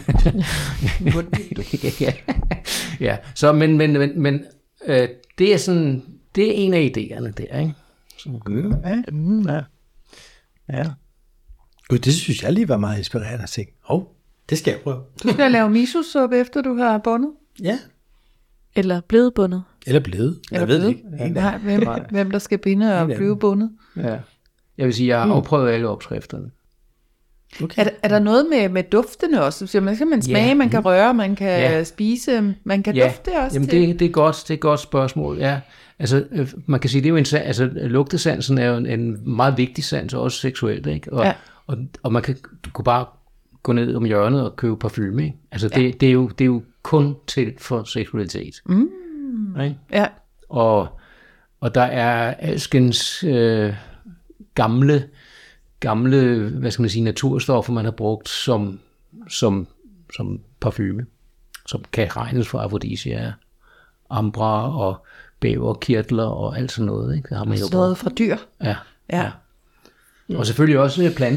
ja, ja. Så, men, men, men, men øh, det er sådan, det er en af idéerne der, ikke? Så, ja. ja. ja. Gud, det synes jeg lige var meget inspirerende at tænke. Åh, oh, det skal jeg prøve. Du skal lave miso-suppe, efter du har bundet? Ja. Eller blevet bundet. Eller blevet. Eller jeg blevet. ved det ikke. Nej, hvem, hvem der skal binde og blive bundet. Ja. Jeg vil sige, jeg har mm. afprøvet alle opskrifterne. Okay. Er, er der noget med, med duftene også? Så man kan man smage, ja. man kan røre, man kan ja. spise, man kan ja. dufte også? Jamen til? Det, det, er godt, det er et godt spørgsmål, ja. Altså, man kan sige, det er jo en, altså, lugtesansen er jo en, en meget vigtig sans, også seksuelt, ikke? Og, ja. og, og man kan, du kan bare gå ned om hjørnet og købe parfume, ikke? Altså, det, ja. det, er jo, det er jo kun til for seksualitet. Mm. Ikke? Ja. Og, og der er alskens øh, gamle gamle, hvad skal man sige, naturstoffer, man har brugt som, som, som parfume, som kan regnes for afrodisia, ambra og bæverkirtler og alt sådan noget, ikke? Det har man jo noget fra dyr. Ja. ja. ja. Og selvfølgelig også planter.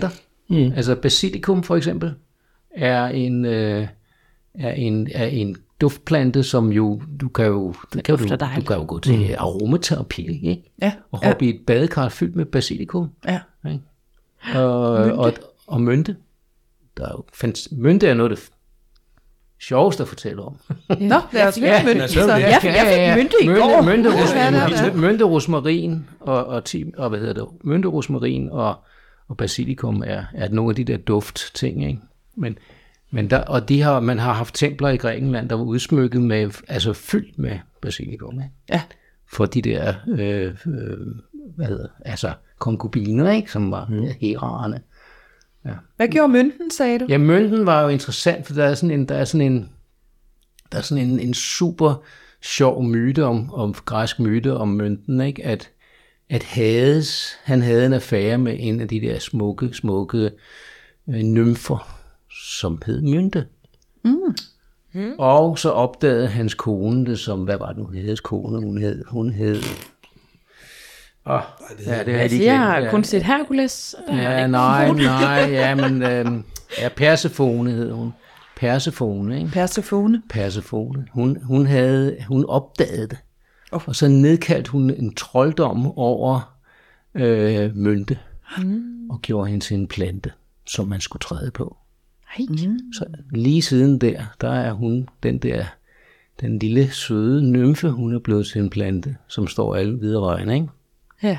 Mm. Altså basilikum for eksempel er en, øh, er en, er en duftplante, som jo, du kan jo, du kan jo, du kan jo gå til mm. aromaterapi, ikke? Ja. Og hoppe ja. i et badekar fyldt med basilikum. Ja. Ikke? Og, og, og mynte. Der er jo, mynte er noget af det sjoveste at fortælle om. Nå, lad os høre ja, mynte. Altså, jeg, jeg, jeg fik mynte i mynte, går. Mynte, ja, mynte, mynte rosmarin og, og, og hvad hedder det? Mynte, rosmarin og, og basilikum er, er nogle af de der duftting, ikke? Men, men der, og de har, man har haft templer i Grækenland, der var udsmykket med, altså fyldt med basilikum, ikke? Ja. For de der, øh, øh, hvad hedder, altså konkubiner, ikke? Som var mm. herrerne. Ja. Hvad gjorde mynten, sagde du? Ja, mynten var jo interessant, for der er sådan en, der er sådan en, der er sådan en, en super sjov myte om, om græsk myte om mynten, ikke? At, at Hades, han havde en affære med en af de der smukke, smukke øh, nymfer, som hed Mynte. Mm. Mm. Og så opdagede hans kone det som, hvad var det nu, Hades kone, hun hed, hun hed Åh, oh, ja, det altså, jeg har ja. kun set Hercules. Ja, nej, nej, ja, men øh, ja, Persefone hed hun. Persefone, ikke? Persefone. Persefone. Hun, hun havde, hun opdagede det. Oh. Og så nedkaldte hun en trolddom over øh, Mynte. Mm. Og gjorde hende til en plante, som man skulle træde på. Mm. Så lige siden der, der er hun den der, den lille søde nymfe, hun er blevet til en plante, som står alle videre vejen, ikke? Ja.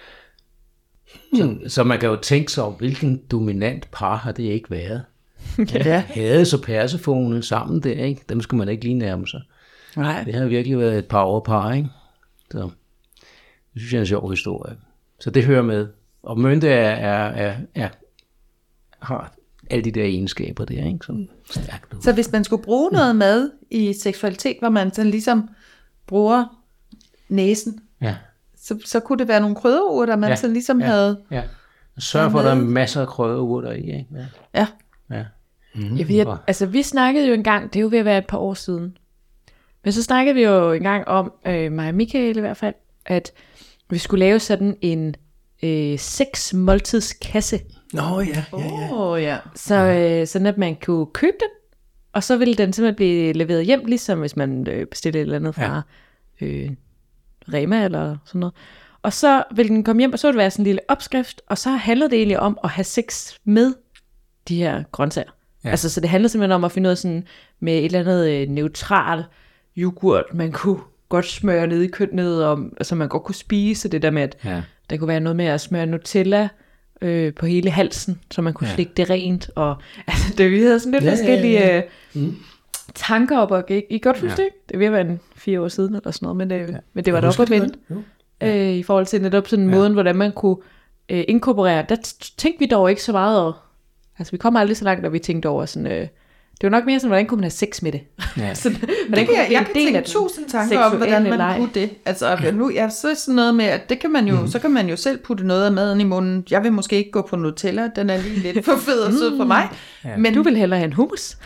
Så, så man kan jo tænke sig om, hvilken dominant par har det ikke været. Ja. Hades og Persefone sammen der, ikke? Dem skulle man ikke lige nærme sig. Nej. Det har virkelig været et par overpar, ikke? Så det synes jeg er en sjov historie. Så det hører med. Og Mynte er, er, er, er, har alle de der egenskaber der, ikke? Så, stærkt. Så hvis man skulle bruge noget mad i seksualitet, hvor man sådan ligesom bruger næsen, ja. Så, så kunne det være nogle krydderurter, man ja, sådan ligesom ja, havde. Ja. Sørg for, at der er masser af krydderurter i, ikke? Ja. Ja. ja. Mm-hmm. Jeg ved, altså, vi snakkede jo engang, det er jo ved at være et par år siden, men så snakkede vi jo engang om, øh, mig og Michael i hvert fald, at vi skulle lave sådan en øh, seks måltidskasse. Nå ja, ja, ja. Oh, ja. Så, øh, sådan at man kunne købe den, og så ville den simpelthen blive leveret hjem, ligesom hvis man øh, bestiller et eller andet fra ja. øh, Rema eller sådan noget. Og så ville den komme hjem, og så ville det være sådan en lille opskrift, og så handlede det egentlig om at have sex med de her grøntsager. Ja. Altså, så det handlede simpelthen om at finde noget sådan med et eller andet øh, neutral yoghurt, man kunne godt smøre ned i køkkenet, og, så man godt kunne spise. Det der med, at ja. der kunne være noget med at smøre Nutella øh, på hele halsen, så man kunne ja. slikke det rent. Og altså, det, vi havde sådan lidt ja, forskellige ja, ja. Mm. tanker op, og I, I godt forstå, ja. det vil være en fire år siden eller sådan noget, men det, ja. men det var da op at vende. Ja. Øh, i forhold til netop sådan en ja. måde, hvordan man kunne øh, inkorporere. Der tænkte vi dog ikke så meget over. Altså vi kom aldrig så langt, da vi tænkte over sådan, øh, det var nok mere sådan, hvordan kunne man have sex med det? Ja. sådan, hvordan kunne jeg, jeg kan tænke tusind tanker om, hvordan man leg. kunne det. Altså ja. nu, jeg så sådan noget med, at det kan man jo, mm. så kan man jo selv putte noget af maden i munden. Jeg vil måske ikke gå på Nutella, den er lige lidt for fed og sød for mig. Ja. Men du vil hellere have en hummus.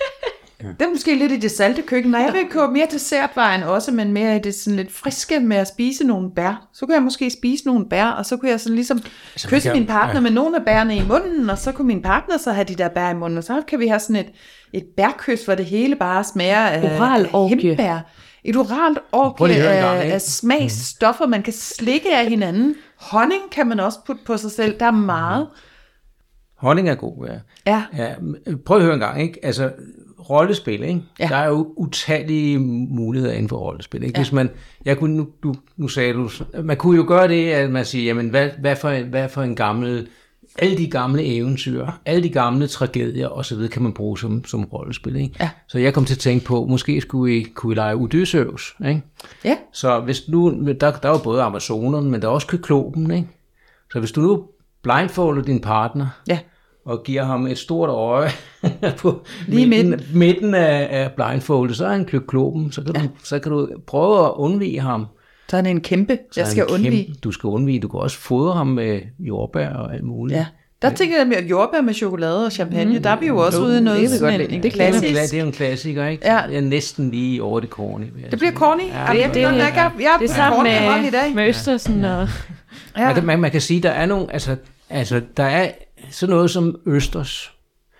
Ja. Det er måske lidt i det salte køkken. Nej, jeg vil gå mere dessertvejen også, men mere i det sådan lidt friske med at spise nogle bær. Så kunne jeg måske spise nogle bær, og så kunne jeg sådan ligesom altså, kysse kan, min partner ja. med nogle af bærene i munden, og så kunne min partner så have de der bær i munden, og så kan vi have sådan et, et bærkys, hvor det hele bare smager af hindbær. Et oralt orgie af, af smagsstoffer, man kan slikke af hinanden. Honning kan man også putte på sig selv. Der er meget. Honning er god, ja. Ja. ja. Prøv at høre en gang, ikke? Altså, rollespil, ikke? Ja. Der er jo utallige muligheder inden for rollespil, ikke? Ja. Hvis man, jeg kunne, nu, du, nu sagde du, man kunne jo gøre det, at man siger, jamen, hvad, hvad, for, en, hvad for en gammel, alle de gamle eventyr, alle de gamle tragedier, og så videre, kan man bruge som, som rollespil, ikke? Ja. Så jeg kom til at tænke på, måske skulle I, kunne I lege Odysseus, ikke? Ja. Så hvis nu, der, der er jo både Amazonerne, men der er også Kyklopen, ikke? Så hvis du nu blindfolder din partner, ja. og giver ham et stort øje på lige midten, midten. midten af, af blindfoldet, så er han Kyklopen, så kan, ja. du, så kan du prøve at undvige ham. Så er han en kæmpe, jeg skal kæmpe, undvige. Du skal undvige, du kan også fodre ham med jordbær og alt muligt. Ja. Der tænker jeg med jordbær med chokolade og champagne, mm. der er vi jo også ude i noget det sådan en, en det klassisk. Det er jo en klassiker, ikke? Ja. Det er næsten lige over det corny. Det bliver corny? Ja, det, det, det, jeg, jeg, jeg, det er sammen med, med Østersen. Ja. Og... Ja. Man, kan, man, man kan sige, der er nogle, altså, altså der er sådan noget som østers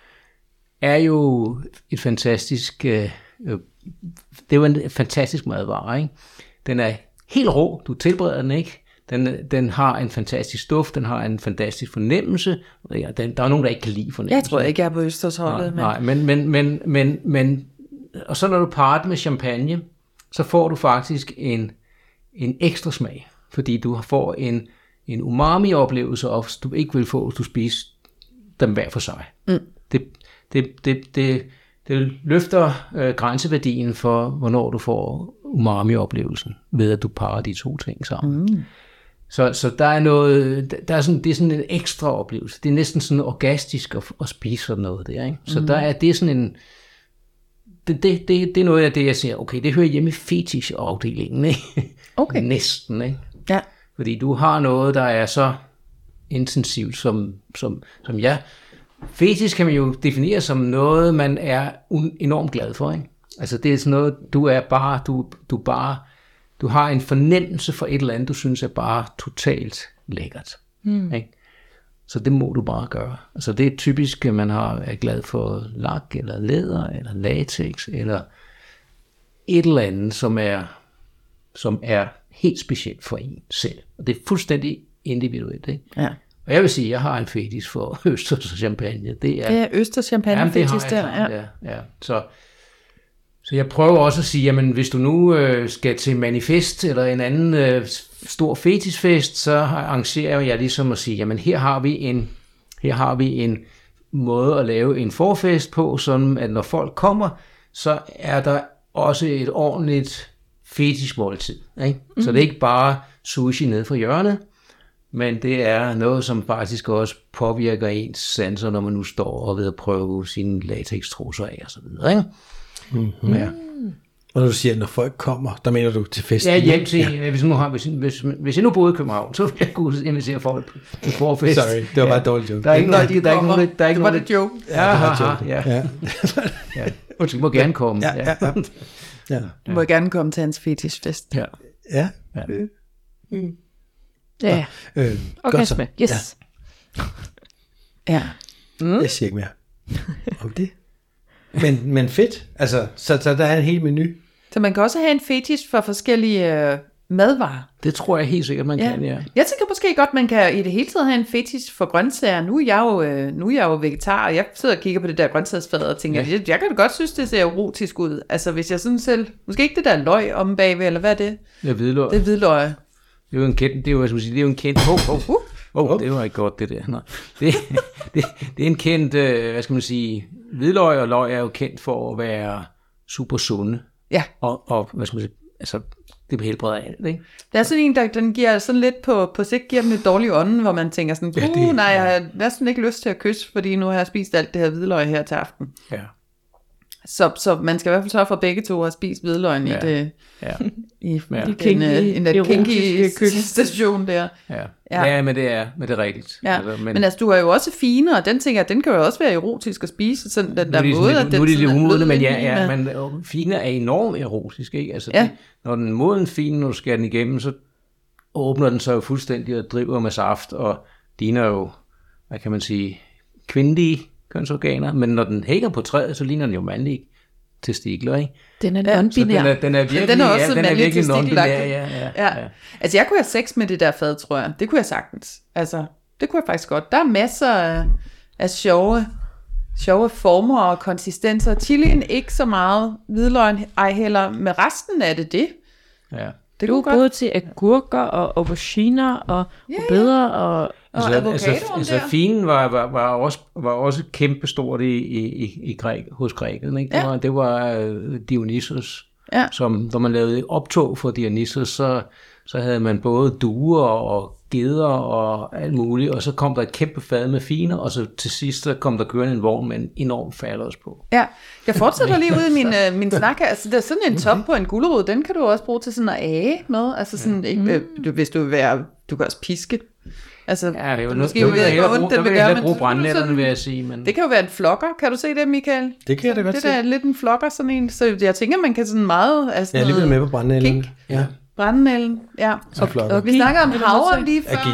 er jo et fantastisk, øh, det er jo en fantastisk madvare, ikke? Den er helt rå, du tilbereder den ikke, den, den har en fantastisk duft, den har en fantastisk fornemmelse, ja, den, der er nogen, der ikke kan lide fornemmelsen. Jeg tror ikke, jeg er på østersholdet. Nej, men... nej men, men, men, men, men, og så når du parer det med champagne, så får du faktisk en, en ekstra smag, fordi du får en, en umami-oplevelse, og du ikke vil få, hvis du spiser dem hver for sig. Mm. Det, det, det, det, det løfter øh, grænseværdien for, hvornår du får umami-oplevelsen, ved at du parer de to ting sammen. Mm. Så, så der er noget, der er sådan, det er sådan en ekstra oplevelse. Det er næsten sådan orgastisk at, at spise sådan noget der, ikke? Så mm. der er det sådan en, det, det, det, det er noget af det, jeg siger, okay, det hører hjemme i fetish-afdelingen, ikke? Okay. Næsten, ikke? Ja. Fordi du har noget, der er så intensivt, som, som, som jeg... Fetish kan man jo definere som noget, man er enormt glad for, ikke? Altså det er sådan noget, du er bare, du, du bare, du har en fornemmelse for et eller andet, du synes er bare totalt lækkert, mm. ikke? Så det må du bare gøre. Altså det er typisk, at man har, er glad for lak, eller læder, eller latex, eller et eller andet, som er, som er helt specielt for en selv. Og det er fuldstændig individuelt, ikke? Ja. Og jeg vil sige, at jeg har en fetish for østers champagne. Det er, det er østers champagne fetish der, ja. ja, ja. Så, så jeg prøver også at sige, jamen hvis du nu øh, skal til manifest eller en anden øh, stor fetishfest, så arrangerer jeg ligesom at sige, jamen her har vi en, her har vi en måde at lave en forfest på, sådan at når folk kommer, så er der også et ordentligt fetishmåltid, ikke? Mm. Så det er ikke bare sushi nede fra hjørnet, men det er noget, som faktisk også påvirker ens sanser, når man nu står og ved at prøve sine latex-trusser af og så videre, ikke? Mm-hmm. Ja. Og når du siger, når folk kommer, der mener du til festen? Ja, hjem til, ja. Hvis, nu har, hvis, hvis, hvis jeg nu boede i København, så ville jeg kunne invitere folk til forfest. Sorry, det var ja. bare et dårligt joke. Der er ikke noget, der er ikke nogen, der er ikke det var det joke. Ja, ja, ja, ja. ja. ja. Du må gerne komme. Ja, ja, ja. ja. Du må gerne komme til hans fetishfest. Ja. Ja. ja. Mm. Ja, øh, orgasme, yes. Ja. ja. Mm. Jeg siger ikke mere om det. Men, men fedt, altså, så, så der er en hel menu. Så man kan også have en fetish for forskellige øh, madvarer. Det tror jeg helt sikkert, man ja. kan, ja. Jeg tænker måske godt, man kan i det hele taget have en fetish for grøntsager. Nu er jeg jo, øh, nu er jeg jo vegetar, og jeg sidder og kigger på det der grøntsagsfad og tænker, ja. jeg, jeg kan da godt synes, det ser erotisk ud. Altså hvis jeg sådan selv, måske ikke det der løg om bagved, eller hvad er det? Det er hvidløg. Det er hvidløg. Det er jo en kendt, det er jo, sige, det er jo en kendt, oh, oh, oh, oh, det var ikke godt det der. Nej. Det, det, det er en kendt, øh, hvad skal man sige, hvidløg og løg er jo kendt for at være super sunde. Ja. Og, og hvad skal man sige, altså, det helbreder alt, ikke? Der er sådan en, der den giver sådan lidt på, på sigt, giver dem lidt dårlig ånden, hvor man tænker sådan, uh, ja, det, nej, jeg har næsten ikke lyst til at kysse, fordi nu har jeg spist alt det her hvidløg her til aften. Ja. Så, så man skal i hvert fald sørge for, at begge to har spist hvidløgn ja. i det, ja. i ja. en, kinky, en, en kinky køkkenstation der. Ja. Ja. ja, men det er, men det er rigtigt. Ja. Altså, men, men altså, du er jo også fine, og den tænker jeg, den kan jo også være erotisk at spise, sådan den der måde. Nu, nu er det lidt umodne, men ja, ja, men fine er enormt erotisk, ikke? Altså, ja. det, når den moden fine, når du skærer den igennem, så åbner den sig jo fuldstændig og driver med saft, og ligner jo, hvad kan man sige, kvindelige kønsorganer, men når den hænger på træet, så ligner den jo mandlige testikler, ikke? Den er non-binær. Den er, den er virkelig, den er også ja, den er virkelig non-binær, ja, ja, ja. ja. Altså, jeg kunne have sex med det der fad, tror jeg. Det kunne jeg sagtens. Altså, det kunne jeg faktisk godt. Der er masser af, af sjove, sjove former og konsistenser. Chilien ikke så meget, hvidløgn ej heller, med resten af det, det. Ja. Det du er både til agurker og auberginer og yeah. rødbeder og... Altså, altså, altså finen var, var, var, også, var også kæmpestort i, i, i Græk, hos grækerne, ikke? Det, ja. var, det var Dionysos, ja. Som når man lavede optog for Dionysos, så, så havde man både duer og geder og alt muligt, og så kom der et kæmpe fad med finer, og så til sidst så kom der kørende en vogn med en enorm fallos på. Ja, jeg fortsætter lige ud i min, uh, min snak. Altså, der er sådan en top på en gulerod, den kan du også bruge til sådan at age med. Altså sådan, ja. ikke, øh, hvis du vil være, du kan også piske. Altså, ja, det er jo måske noget, der vil jeg bruge brandnetterne, vil jeg sige. Men... Det kan jo være en flokker, kan du se det, Michael? Det kan jeg da godt det se. Det der er lidt en flokker, sådan en, så jeg tænker, man kan sådan meget... Altså jeg er lige med på brandnælden. Ja. Brandnælden, ja. Så og, og vi snakker om havre lige før. Agil.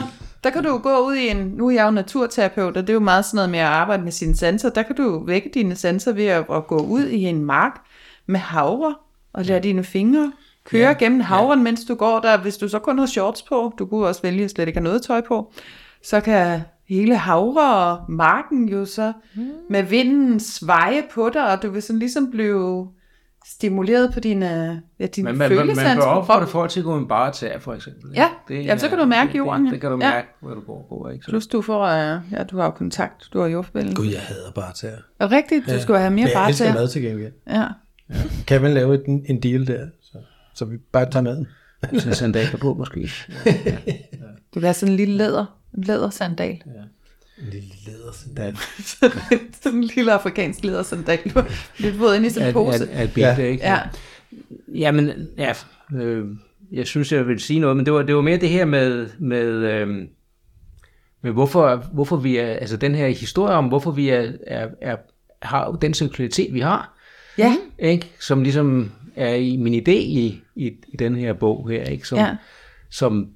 der kan du gå ud i en, nu er jeg jo naturterapeut, og det er jo meget sådan noget med at arbejde med sine sanser, der kan du vække dine sanser ved at, at gå ud i en mark med havre, og lade dine fingre køre ja. gennem havren, ja. mens du går der. Hvis du så kun har shorts på, du kunne også vælge at slet ikke have noget tøj på, så kan hele havre og marken jo så mm. med vinden sveje på dig, og du vil sådan ligesom blive stimuleret på dine, ja, dine man, man, følelsans. Man bør opfordre folk til at gå en bare tær, for eksempel. Ja, det, jamen, så kan du mærke jorden. Det, det kan du mærke, ja. hvor du går på. Ikke? Plus du får, ja, du har jo kontakt, du har jordforbindelse. Gud, jeg hader bare tær. Og rigtigt, du ja. skulle have mere bare tær. Jeg elsker mad til gengæld. Ja. Ja. Kan man lave en, en deal der, så, så vi bare tager maden? Så sandaler på måske. Ja. Ja. Ja. Du vil have sådan en lille læder, en lædersandal. Ja. En lille lædersandal. Sådan en lille afrikansk lædersandal. Lidt våd ind i sådan en pose. Er, er, er ja. Det, ikke? Ja. Jamen, ja, øh, jeg synes, jeg vil sige noget, men det var, det var mere det her med, med, øh, med hvorfor, hvorfor vi er, altså den her historie om, hvorfor vi er, er, er, har den seksualitet, vi har. Ja. Ikke? Som ligesom er i min idé i, i, i den her bog her, ikke? Som, ja. som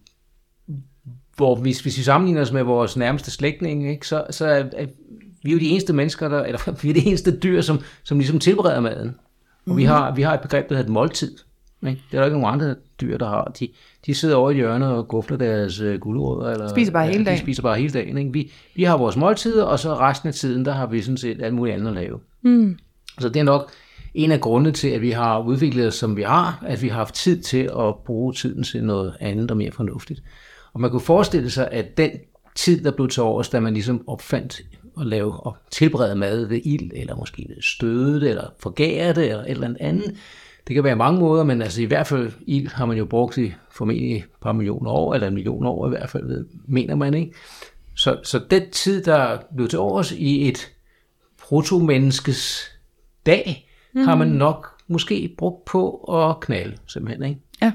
hvor hvis, hvis vi sammenligner os med vores nærmeste slægtninge, ikke, så, så er, er vi jo de eneste mennesker, der, eller vi er de eneste dyr, som, som ligesom tilbereder maden. Og mm-hmm. vi, har, vi har et begreb, der hedder et måltid. Ikke? Det er der ikke nogen andre dyr, der har. De, de sidder over i hjørnet og gufler deres uh, gulerødder. Eller, spiser bare ja, hele dagen. De spiser bare hele dagen. Ikke? Vi, vi har vores måltider, og så resten af tiden, der har vi sådan set alt muligt andet at lave. Mm. Så det er nok en af grundene til, at vi har udviklet os, som vi har, at vi har haft tid til at bruge tiden til noget andet og mere fornuftigt. Og man kunne forestille sig, at den tid, der blev til overs, da man ligesom opfandt at lave og tilberede mad ved ild, eller måske ved støde det, eller forgære det, eller et eller andet. Det kan være mange måder, men altså i hvert fald ild har man jo brugt i formentlig et par millioner år, eller en million år i hvert fald, mener man, ikke? Så, så den tid, der blev til overs i et protomenneskes dag, mm. har man nok måske brugt på at knalde, simpelthen, ikke? Ja.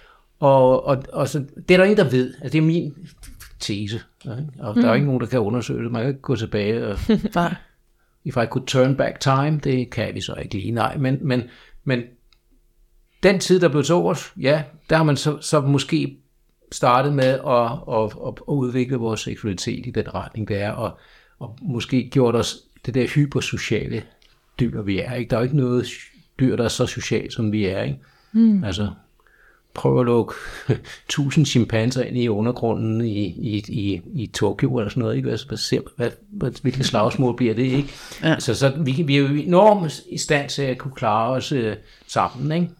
Og, og, og så, det er der ingen, der ved. Altså, det er min tese. Ikke? Og mm. der er ikke nogen, der kan undersøge det. Man kan ikke gå tilbage. Og, if I could turn back time, det kan vi så ikke lige. Nej, men, men, men den tid, der blev til overs, ja, der har man så, så måske startet med at, at, at, at udvikle vores seksualitet i den retning, det er, og, og måske gjort os det der hypersociale dyr, vi er. Ikke? Der er ikke noget dyr, der er så socialt, som vi er. Ikke? Mm. Altså, prøv at lukke tusind chimpanser ind i undergrunden i, i, i, i Tokyo eller sådan noget, ikke? Hvad, hvad, hvad, hvilken slagsmål bliver det, ikke? Ja. Altså, så vi, vi er jo enormt i stand til at kunne klare os uh, sammen, ikke?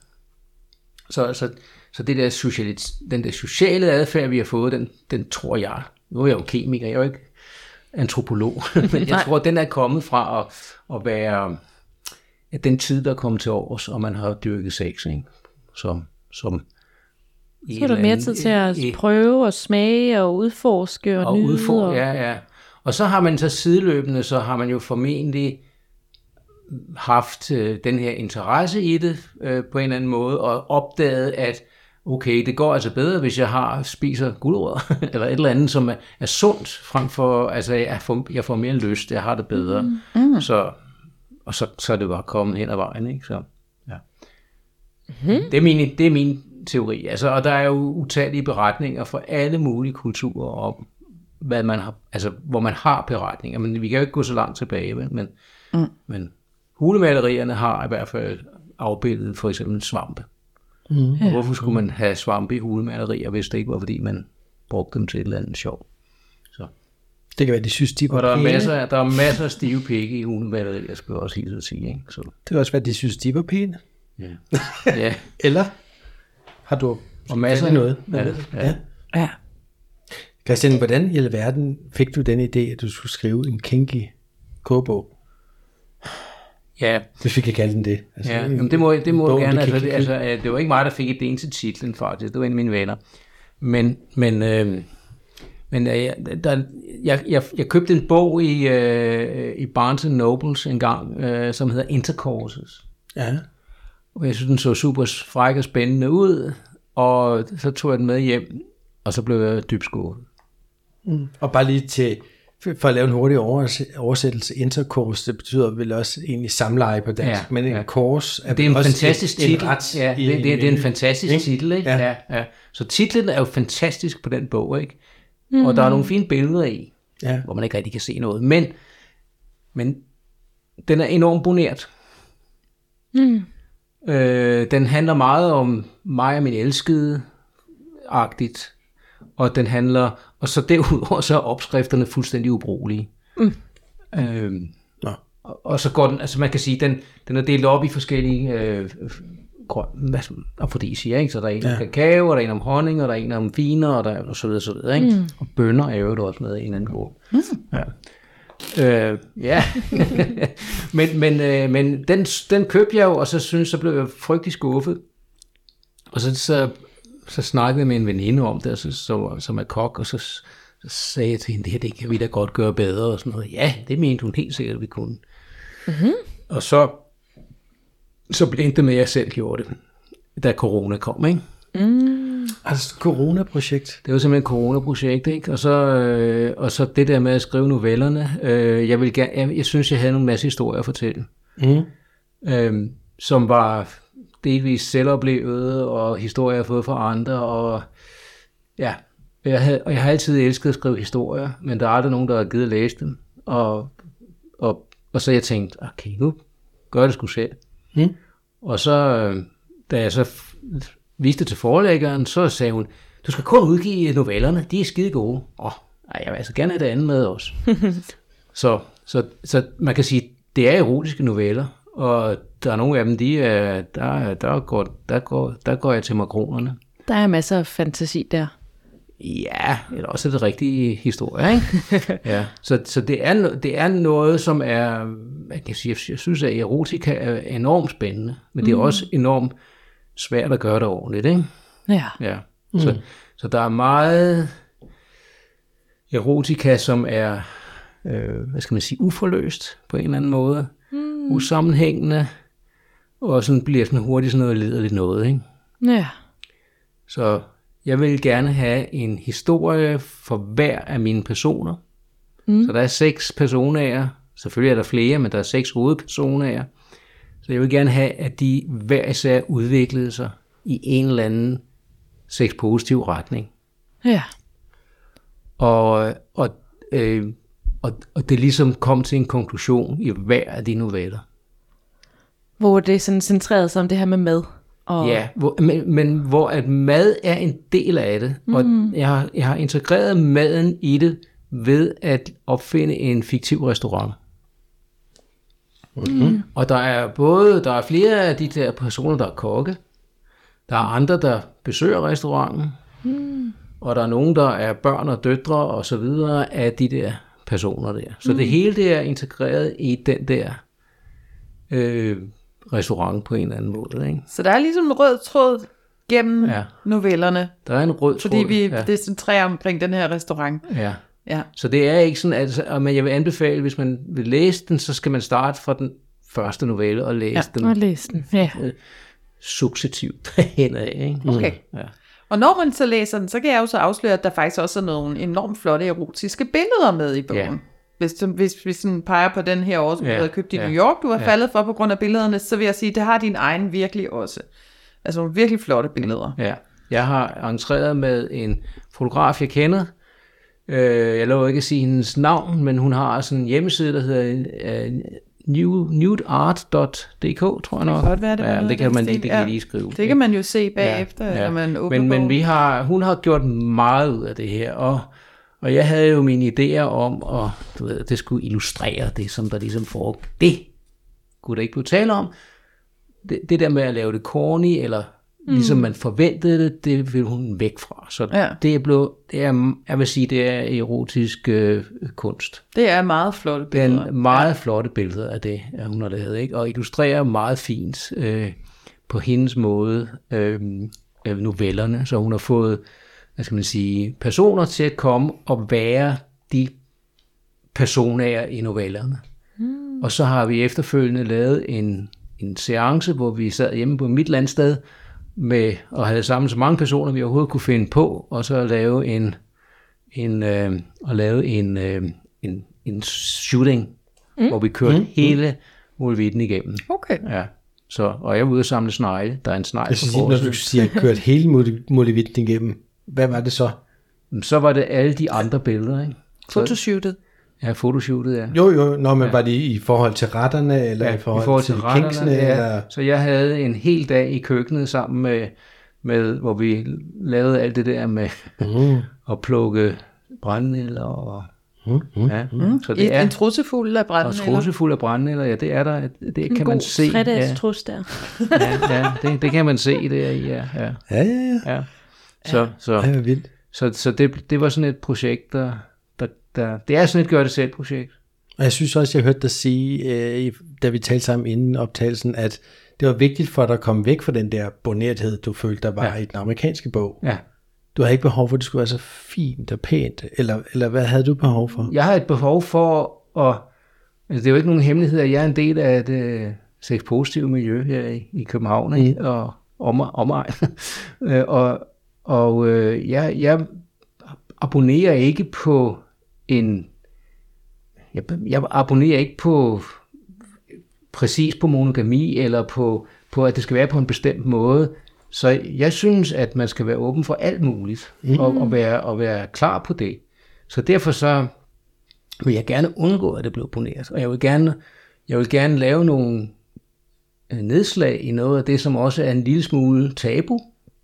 Så, så, så det der sociale, den der sociale adfærd, vi har fået, den, den tror jeg, nu er jeg jo kemiker, jeg er jo ikke antropolog, men jeg tror, den er kommet fra at, at være at den tid, der er kommet til års, og man har dyrket sex, ikke? Som, som så er der mere tid til at i, prøve og smage og udforske og, og nyde. Udfor, og... Ja, ja. Og så har man så sideløbende, så har man jo formentlig haft øh, den her interesse i det øh, på en eller anden måde, og opdaget, at okay, det går altså bedre, hvis jeg har spiser gulerødder, eller et eller andet, som er, er sundt, frem for, altså jeg får, jeg får mere lyst, jeg har det bedre. Mm. Mm. Så, og så, så er det bare kommet hen ad vejen, ikke? Så, ja. Mm. Det er min, det er min teori. Altså, og der er jo utallige beretninger fra alle mulige kulturer om, hvad man har, altså, hvor man har beretninger. Men vi kan jo ikke gå så langt tilbage, men, mm. men hulemalerierne har i hvert fald afbildet for eksempel svampe. Mm. Og hvorfor skulle man have svampe i hulemalerier, hvis det ikke var, fordi man brugte dem til et eller andet sjov? Så. Det kan være, de synes, de var og der er, masser, der er masser af stive pigge i hulemalerier, skal jeg også helt at sige. Ikke? Så. Det kan også være, de synes, de var pæne. Ja. Ja. Eller har du og masser af noget? Ja, ja. Ja. Ja. Christian, hvordan i alverden fik du den idé, at du skulle skrive en kinky kogebog? Ja. Det fik jeg kalde den det. Altså, ja, jamen det må, det må bog, gerne. Altså, det, altså, det var ikke mig, der fik idéen til titlen, faktisk. Det var en af mine venner. Men, men, øh, men øh, der, jeg, jeg, jeg købte en bog i, øh, i Barnes and Nobles en gang, øh, som hedder Intercourses. Ja. Og jeg synes, den så super fræk og spændende ud, og så tog jeg den med hjem, og så blev jeg dybt skuffet. Mm. Og bare lige til, for at lave en hurtig oversættelse, intercourse, det betyder vel også egentlig samleje på dansk, ja, men en ja. course er, det er en også fantastisk et, titel. ret ja, det, det, det er en fantastisk ikke? titel, ikke? Ja. Ja, ja. Så titlen er jo fantastisk på den bog, ikke? Mm. Og der er nogle fine billeder i, ja. hvor man ikke rigtig kan se noget. Men, men den er enormt bonert. Mm. Øh, den handler meget om mig og min elskede, agtigt. Og den handler, og så derudover så er opskrifterne fuldstændig ubrugelige. Mm. Øh, og, og så går den, altså man kan sige, den, den er delt op i forskellige øh, afrodisier, ikke? Så der er en ja. om kakao, og der er en om honning, og der er en om viner, og, der, og så videre, så videre, ikke? Mm. Og bønner er jo også med i en anden bog. Mm. Ja. Øh, ja. men men, øh, men den, den købte jeg jo, og så synes så blev jeg frygtelig skuffet. Og så, så, så snakkede jeg med en veninde om det, så, så, som er kok, og så, så sagde jeg til hende, det her, det kan vi da godt gøre bedre, og sådan noget. Ja, det mente hun helt sikkert, at vi kunne. Mm-hmm. Og så så blev det med, at jeg selv gjorde det, da corona kom, ikke? Mm. Altså corona-projekt. Det var simpelthen et corona-projekt, ikke? Og så, øh, og så det der med at skrive novellerne. Øh, jeg, vil gerne, jeg, jeg synes, jeg havde nogle masse historier at fortælle, mm. øh, som var delvis selvoplevet, og historier, jeg har fået fra andre, og ja, jeg, havde, og jeg har altid elsket at skrive historier, men der er aldrig nogen, der har givet at læse dem. Og, og, og så jeg tænkte, okay, nu gør det sgu selv. Mm. Og så, da jeg så viste til forlæggeren, så sagde hun, du skal kun udgive novellerne, de er skide gode. Åh, jeg vil altså gerne have det andet med også. så, så, så man kan sige, det er erotiske noveller, og der er nogle af dem, de er, der, der, går, der, går, der går jeg til makronerne. Der er masser af fantasi der. Ja, eller også er det rigtige historie, ikke? Ja, så, så det, er, det er noget, som er, jeg kan sige, jeg synes, at erotika er enormt spændende, men det er mm. også enormt svært at gøre det ordentligt, ikke? Ja. Ja. Mm. Så, så der er meget erotika, som er, øh, hvad skal man sige, uforløst på en eller anden måde, mm. usammenhængende, og sådan bliver sådan hurtigt sådan noget lederligt noget, ikke? Ja. Så jeg vil gerne have en historie for hver af mine personer. Mm. Så der er seks personer. Selvfølgelig er der flere, men der er seks hovedpersoner. Så jeg vil gerne have, at de hver især udviklede sig i en eller anden sex-positiv retning. Ja. Og, og, øh, og, og det ligesom kom til en konklusion i hver af de noveller. Hvor det sådan centreret sig om det her med mad. Og... Ja, hvor, men, men hvor at mad er en del af det, mm. og jeg har, jeg har integreret maden i det ved at opfinde en fiktiv restaurant. Mm. Og der er både, der er flere af de der personer, der er kokke, der er andre, der besøger restauranten, mm. og der er nogen, der er børn og døtre og så videre af de der personer der. Så mm. det hele det er integreret i den der øh, restaurant på en eller anden måde, ikke? Så der er ligesom en rød tråd gennem ja. novellerne. Der er en rød tråd. Fordi vi ja. decentrerer omkring den her restaurant. Ja. Ja. Så det er ikke sådan, at men jeg vil anbefale, hvis man vil læse den, så skal man starte fra den første novelle og læse ja, den. og læse den, ja. Øh, successivt henad, ikke? Okay. Ja. Og når man så læser den, så kan jeg jo så afsløre, at der faktisk også er nogle enormt flotte erotiske billeder med i bogen. Ja. Hvis, hvis vi sådan peger på den her år, som ja, du havde købt i ja, New York, du har ja. faldet for på grund af billederne, så vil jeg sige, det har din egen virkelig også. Altså nogle virkelig flotte billeder. Ja, jeg har entreret med en fotograf, jeg kender. Jeg lover ikke at sige hendes navn, men hun har sådan en hjemmeside, der hedder uh, nudeart punktum d k, tror jeg nok. Det kan godt være, det, ja, det kan man lige, det kan ja. lige skrive. Det kan man jo se bagefter, ja, ja. når man åbner men, men vi har, hun har gjort meget ud af det her, og Og jeg havde jo mine idéer om, og du ved, det skulle illustrere det, som der ligesom foregik. Det kunne der ikke blive tale om. Det, det der med at lave det corny, eller mm. ligesom man forventede det, det vil hun væk fra. Så ja. det er blevet, det er, jeg vil sige, det er erotisk øh, kunst. Det er meget flotte billeder. Det er meget ja. flotte billeder af det, hun har lavet, ikke? Og illustrerer meget fint øh, på hendes måde øh, novellerne, så hun har fået, hvad skal man sige, personer til at komme og være de personer i novellerne. Mm. Og så har vi efterfølgende lavet en, en seance, hvor vi sad hjemme på mit landsted med, og havde samlet så mange personer, vi overhovedet kunne finde på, og så lave en, en, øh, og lave en, øh, en, en shooting, mm. hvor vi kørte mm. hele muligheden igennem. Okay. Ja. Så, og jeg var ude og samle snegle. Der er en snegl på forsiden. Når du siger, at kørt hele muligheden igennem, hvad var det så? så var det alle de andre billeder, ikke? Fotoshootet. Ja, fotoshootet, ja. Jo, jo, når man ja. Var det i forhold til retterne, eller ja, i forhold, i forhold til, til retterne, kingsene, ja. Eller? Så jeg havde en hel dag i køkkenet sammen med, med hvor vi lavede alt det der med mm. at plukke brændenælder og mm, mm, ja. mm. Så det er en trussefuld af brændenælder. Og trussefuld af brændenælder, ja, det er der, det en kan man se. En god trus der. ja, ja det, det kan man se der i, ja. Ja, ja, ja. ja. ja. Så, så, ja, vildt. så, så det, det var sådan et projekt, der, der, der det er sådan et gør-det-selv-projekt. Og jeg synes også, jeg hørte dig sige, øh, da vi talte sammen inden optagelsen, at det var vigtigt for dig at komme væk fra den der bonerthed, du følte, der var ja. I den amerikanske bog. Ja. Du havde ikke behov for, at det skulle være så fint og pænt, eller, eller hvad havde du behov for? Jeg har et behov for at, altså det er jo ikke nogen hemmelighed, at jeg er en del af et uh, sex-positive miljø her i, i København, mm. ikke? Og om, omegn. og og uh, jeg, jeg abonnerer ikke på en, jeg, jeg abonnerer ikke på præcis på monogami, eller på, på, at det skal være på en bestemt måde. Så jeg synes, at man skal være åben for alt muligt, mm. og, og, være, og være klar på det. Så derfor så vil jeg gerne undgå, at det bliver poneret. Og jeg vil gerne, jeg vil gerne lave nogle nedslag i noget af det, som også er en lille smule tabu.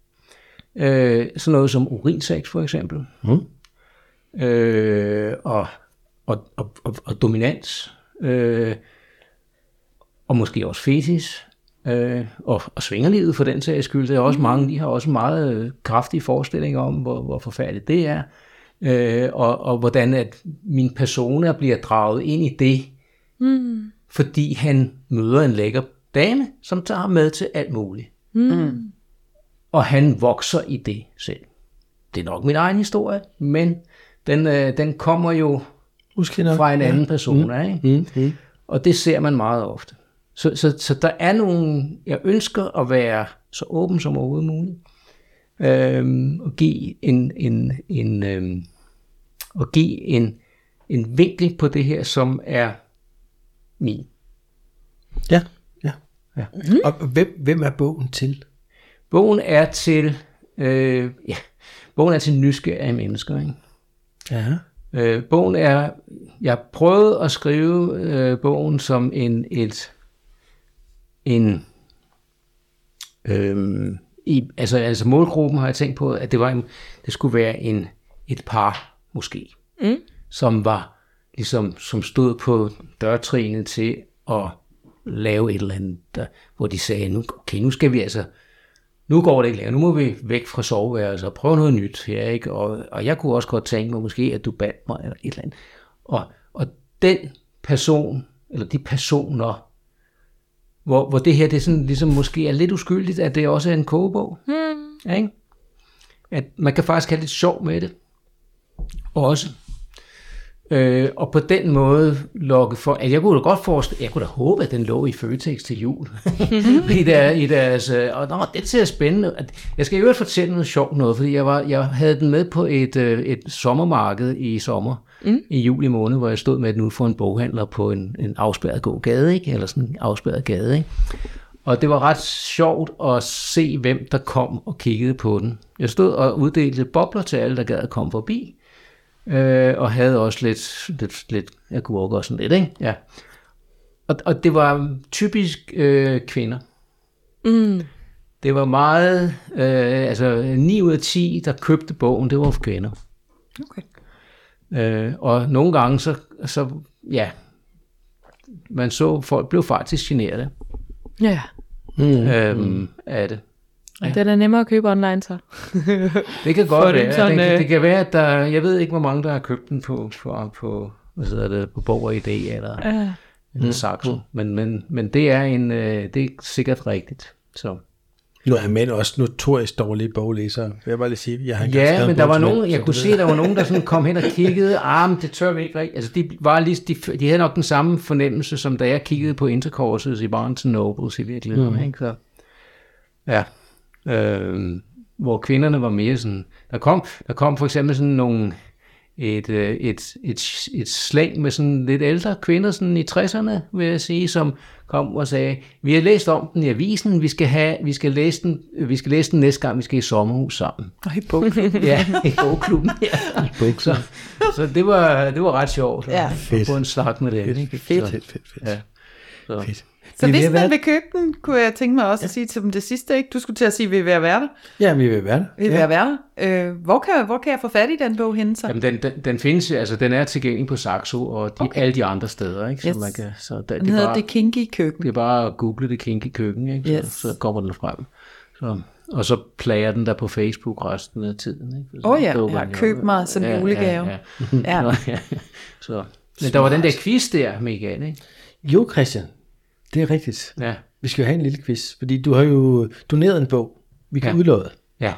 Øh, sådan noget som urinsex for eksempel. Mm. Øh, og, og, og, og, og dominans. Øh, og måske også fetis. Øh, og, og svingerlivet for den sags skyld. Der er også mange, de har også meget øh, kraftige forestillinger om, hvor, hvor forfærdeligt det er, øh, og, og hvordan at min persona bliver draget ind i det, mm. fordi han møder en lækker dame, som tager ham med til alt muligt. Mm. Og han vokser i det selv. Det er nok min egen historie, men den, øh, den kommer jo fra en anden persona, ja. ikke? Mm. Mm. Og det ser man meget ofte. Så, så, så der er nogle, jeg ønsker at være så åben som overhovedet muligt, øhm, og give en, en, en, øhm, og give en, en vinkel på det her, som er min. Ja, ja. ja. Mm. Og hvem, hvem er bogen til? Bogen er til, øh, ja, bogen er til nysgerrige mennesker, ikke? Ja. Øh, bogen er, jeg prøvede at skrive øh, bogen som en, et, en, øhm, i, altså, altså målgruppen har jeg tænkt på, at det var en, det skulle være en, et par måske, mm. som var ligesom, som stod på dørtrinnet til at lave et eller andet, der, hvor de sagde, nu, okay, nu skal vi altså, nu går det ikke længere, nu må vi væk fra soveværelset og prøve noget nyt her, ikke? Og, og jeg kunne også godt tænke mig måske, at du bandt mig, eller et eller andet. Og, og den person, eller de personer, Hvor, hvor det her, det er sådan, ligesom måske er lidt uskyldigt, at det også er en kogebog. Hmm. Ja, ikke? At man kan faktisk have lidt sjov med det. Også. Øh, og på den måde lokke for, at jeg kunne da godt forestille, jeg kunne da håbe, at den lå i Føtex til jul. I, der, i deres, og nå, det ser spændende. Jeg skal i øvrigt fortælle noget sjovt noget, fordi jeg, var, jeg havde den med på et, et sommermarked i sommer, mm. i juli måned, hvor jeg stod med den ude for en boghandler på en, en afspærret god gade, ikke? Eller sådan en afspærret gade, ikke? Og det var ret sjovt at se, hvem der kom og kiggede på den. Jeg stod og uddelte bobler til alle, der gad at komme forbi. Øh, og havde også lidt, lidt, lidt jeg kunne også sådan lidt, ikke? Ja. Og, og det var typisk øh, kvinder. Mm. Det var meget, øh, altså ni ud af ti, der købte bogen, det var for kvinder. Okay. Øh, og nogle gange, så, så, ja, man så, folk blev faktisk generede. Ja. Mm. Øhm, af det. Ja. Den er nemmere at købe online, så. Det kan godt være. Sådan, det, det kan være, at der, jeg ved ikke, hvor mange, der har købt den på, på, på hvad hedder det, på Bog og Idé, eller, ja. eller Saxo. Mm. Men, men, men det er en, det er sikkert rigtigt. Så. Nu er mænd også notorisk dårlige boglæsere, vil jeg bare lige sige. Jeg har ja, men der var nogen, jeg kunne se, der var nogen, der sådan kom hen og kiggede, ah, men det tør vi ikke rigtigt. Altså, de, var lige, de, de havde nok den samme fornemmelse, som da jeg kiggede på Intercourses i Barnes and Nobles i virkeligheden. Mm. Ikke? Så, ja. Øh, hvor kvinderne var mere sådan, der kom, der kom for eksempel sådan nogle, et, et, et, et slæng med sådan lidt ældre kvinder sådan i tresserne, vil jeg sige, som kom og sagde, vi har læst om den i avisen, vi skal, have, vi skal, læse, den, vi skal læse den næste gang, vi skal i sommerhus sammen. Og i bogklubben. Ja, i bogklubben. Ja. I bogklubben. Så, så det, var, det var ret sjovt ja. at få en snak med det. Fedt, fedt, fedt. fedt, fedt, fedt. Ja. Så. fedt. Så hvis man vil købe den, kunne jeg tænke mig også ja. at sige til dem det sidste, ikke? Du skulle til at sige, at vi er ved at være der. Ja, vi er ved at være der. Vi er ved at være der. Øh, hvor, kan, hvor kan jeg få fat i den bog henne så? Jamen, den, den, den findes, altså den er tilgængelig på Saxo og de, okay. alle de andre steder, ikke? Så yes. man kan, så der, den det hedder bare, Det Kinky Køkken. Det er bare at google Det Kinky Køkken, ikke? Yes. Så, så kommer den frem. Så, og så plager den der på Facebook resten af tiden, ikke? Åh oh, ja, ja, køb mig som ja, julegave. Ja, ja. ja. ja. Så, men der var den der quiz der, Michael, ikke? Jo, Christian, det er rigtigt. Ja. Vi skal jo have en lille quiz, fordi du har jo doneret en bog, vi kan ja. udlåde. Ja.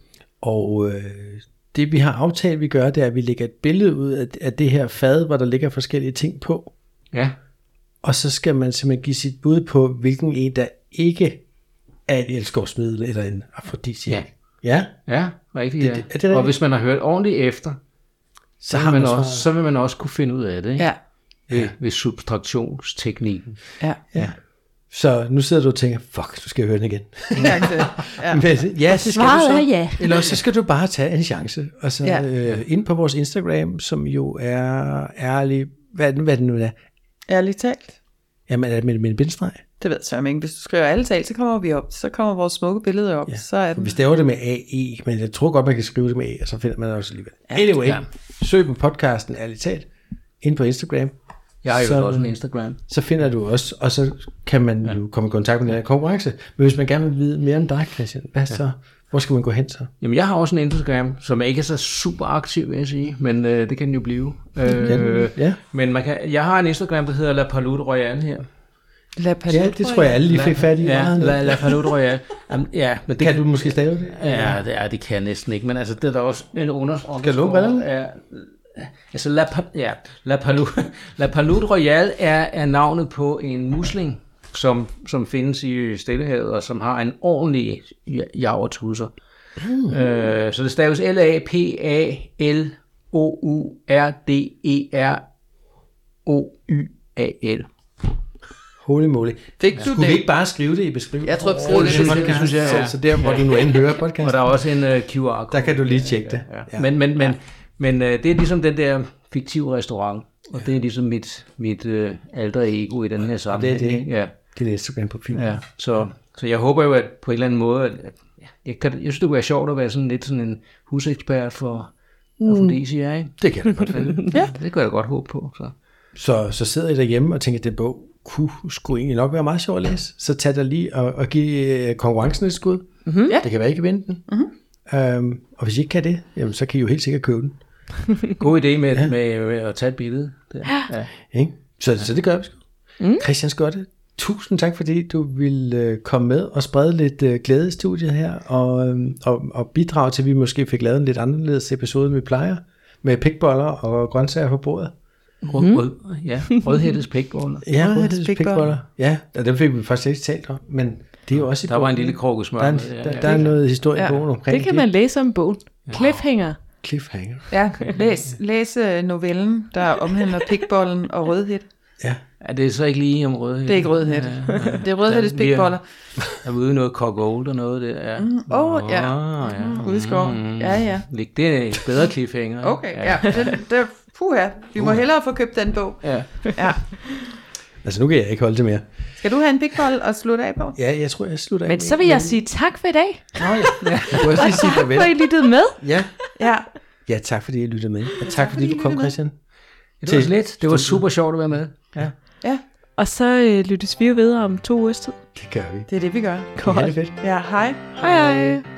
Og øh, det vi har aftalt, vi gør, det er, at vi lægger et billede ud af, af det her fad, hvor der ligger forskellige ting på. Ja. Og så skal man simpelthen give sit bud på, hvilken en, der ikke er et elskovsmiddel eller en afrodisiak. Ja. Ja? Ja, rigtigt, det, ja. det, er det rigtigt? Og hvis man har hørt ordentligt efter, så, så, har man også, så vil man også kunne finde ud af det, ikke? Ja. Ved, ja. ved subtraktionsteknikken. Ja. Ja. Så nu sidder du og tænker, fuck, du skal høre den igen. Ja, ja. Men, ja så skal Svaret du så, er ja. Eller så skal du bare tage en chance. Og så ja. øh, ind på vores Instagram, som jo er ærlig, hvad, hvad det nu er. Ærligt talt. Jamen, er det med, med en bindstreg? Det ved jeg ikke. Hvis du skriver ærligt talt, så kommer vi op. Så kommer vores smukke billede op. Ja. Så er den. Hvis det er det med A E, men jeg tror godt, man kan skrive det med A, og så finder man det også alligevel. Ja. Anyway, ja. søg på podcasten ærligt talt, ind på Instagram. Jeg har jo så, også en Instagram. Så finder du også, og så kan man ja. jo komme i kontakt med den her konkurrence. Men hvis man gerne vil vide mere om dig, Christian, hvad ja. så? Hvor skal man gå hen så? Jamen, jeg har også en Instagram, som ikke er så super aktiv, vil jeg sige, men øh, det kan den jo blive. Øh, ja. Men man kan, jeg har en Instagram, der hedder La Palude Royale her. La Palude Ja, det tror jeg alle lige fik fat i. Ja, La, La Palude Royale. Um, ja, men det kan du måske stave det? Ja, det, er, det kan jeg næsten ikke, men altså, det er der også en understreget. Skal du lukke brillerne? Ja. Altså, La, ja, La, Palude, La Palude Royale er, er navnet på en musling, som, som findes i Stillehavet, og som har en ordentlig javertusser. Mm. Øh, så det staves L A P A L O U R D E R O Y A L. Holy moly. Fik du Skulle det? vi ikke bare skrive det i beskrivelsen? Jeg tror, du oh, det, det, det, det synes jeg, ja. Så der, hvor du nu end hører podcasten. Og der er også en uh, Q R-kode. Der kan du lige tjekke det. Ja, ja. Ja. Men, men, men, men uh, det er ligesom den der fiktive restaurant, og ja. det er ligesom mit, mit uh, alter ego i den her sammenhæng. Det er det. Ja. Det er Instagram på film. Ja. Så, så jeg håber jo, at på en eller anden måde, at, at jeg, kan, jeg synes, det kunne være sjovt at være sådan lidt sådan en husekspert for mm. afrodisia, ikke? Det kan jeg godt finde. Ja. Det kunne jeg da godt håbe på. Så, så, så sidder I derhjemme og tænker, at den bog kunne sgu egentlig nok være meget sjov at læse. Så tag dig lige og, og giv konkurrencen et skud. Mm-hmm. Ja. Det kan være, I kan vinde den. Mm-hmm. Um, og hvis I ikke kan det, jamen, så kan I jo helt sikkert købe den. God idé med, ja. med, med at tage et billede. Der. Ja. Ja. Så, så det gør vi sgu. Mm. Christian Skotte, tusind tak, fordi du ville komme med og sprede lidt uh, glæde i studiet her, og, og, og bidrage til, at vi måske fik lavet en lidt anderledes episode, end vi plejer, med pikboller og grøntsager på bordet. Rød, mm. rød, ja, rødhættes pikboller. Ja, rødhættes pikboller. Ja, og dem fik vi faktisk ikke talt om, men det er jo også i der bogen. Var en lille krukke smør. Der, der, der, der er noget historie i bogen omkring det. kan man læse om bogen. Wow. Cliffhanger. Cliffhanger. Ja, læs, læs novellen, der omhandler pikbollen og rødhæt. Ja. Ja, det er så ikke lige om rødhæt. Det er ikke rødhæt. Ja, ja. Det er rødhættes pikboller. Der er ude noget cock old og noget der. Ja. Mm, oh, ja. Oh, ja. Mm, ude i skoven. Mm, ja, ja. Det er et bedre cliffhanger. Okay, ja. ja. Det, det, puha, vi må hellere få købt den bog. Ja. Ja. Altså, nu kan jeg ikke holde til mere. Skal du have en pikbold og slutte af på? Ja, jeg tror, jeg slutter af. Men så vil jeg sige tak for i dag. Nå, ja. Jeg kunne også lige sige farvel. Tak for, at I lyttede med. Ja. Ja. Ja, tak fordi I lyttede med. Og tak fordi du kom, Christian. Det var lidt. Det var super sjovt at være med. Ja. Ja. Og så øh, lyttes vi jo videre om to ugers tid. Det gør vi. Det er det, vi gør. Godt. Det er fedt. Ja, hej. Hej hej.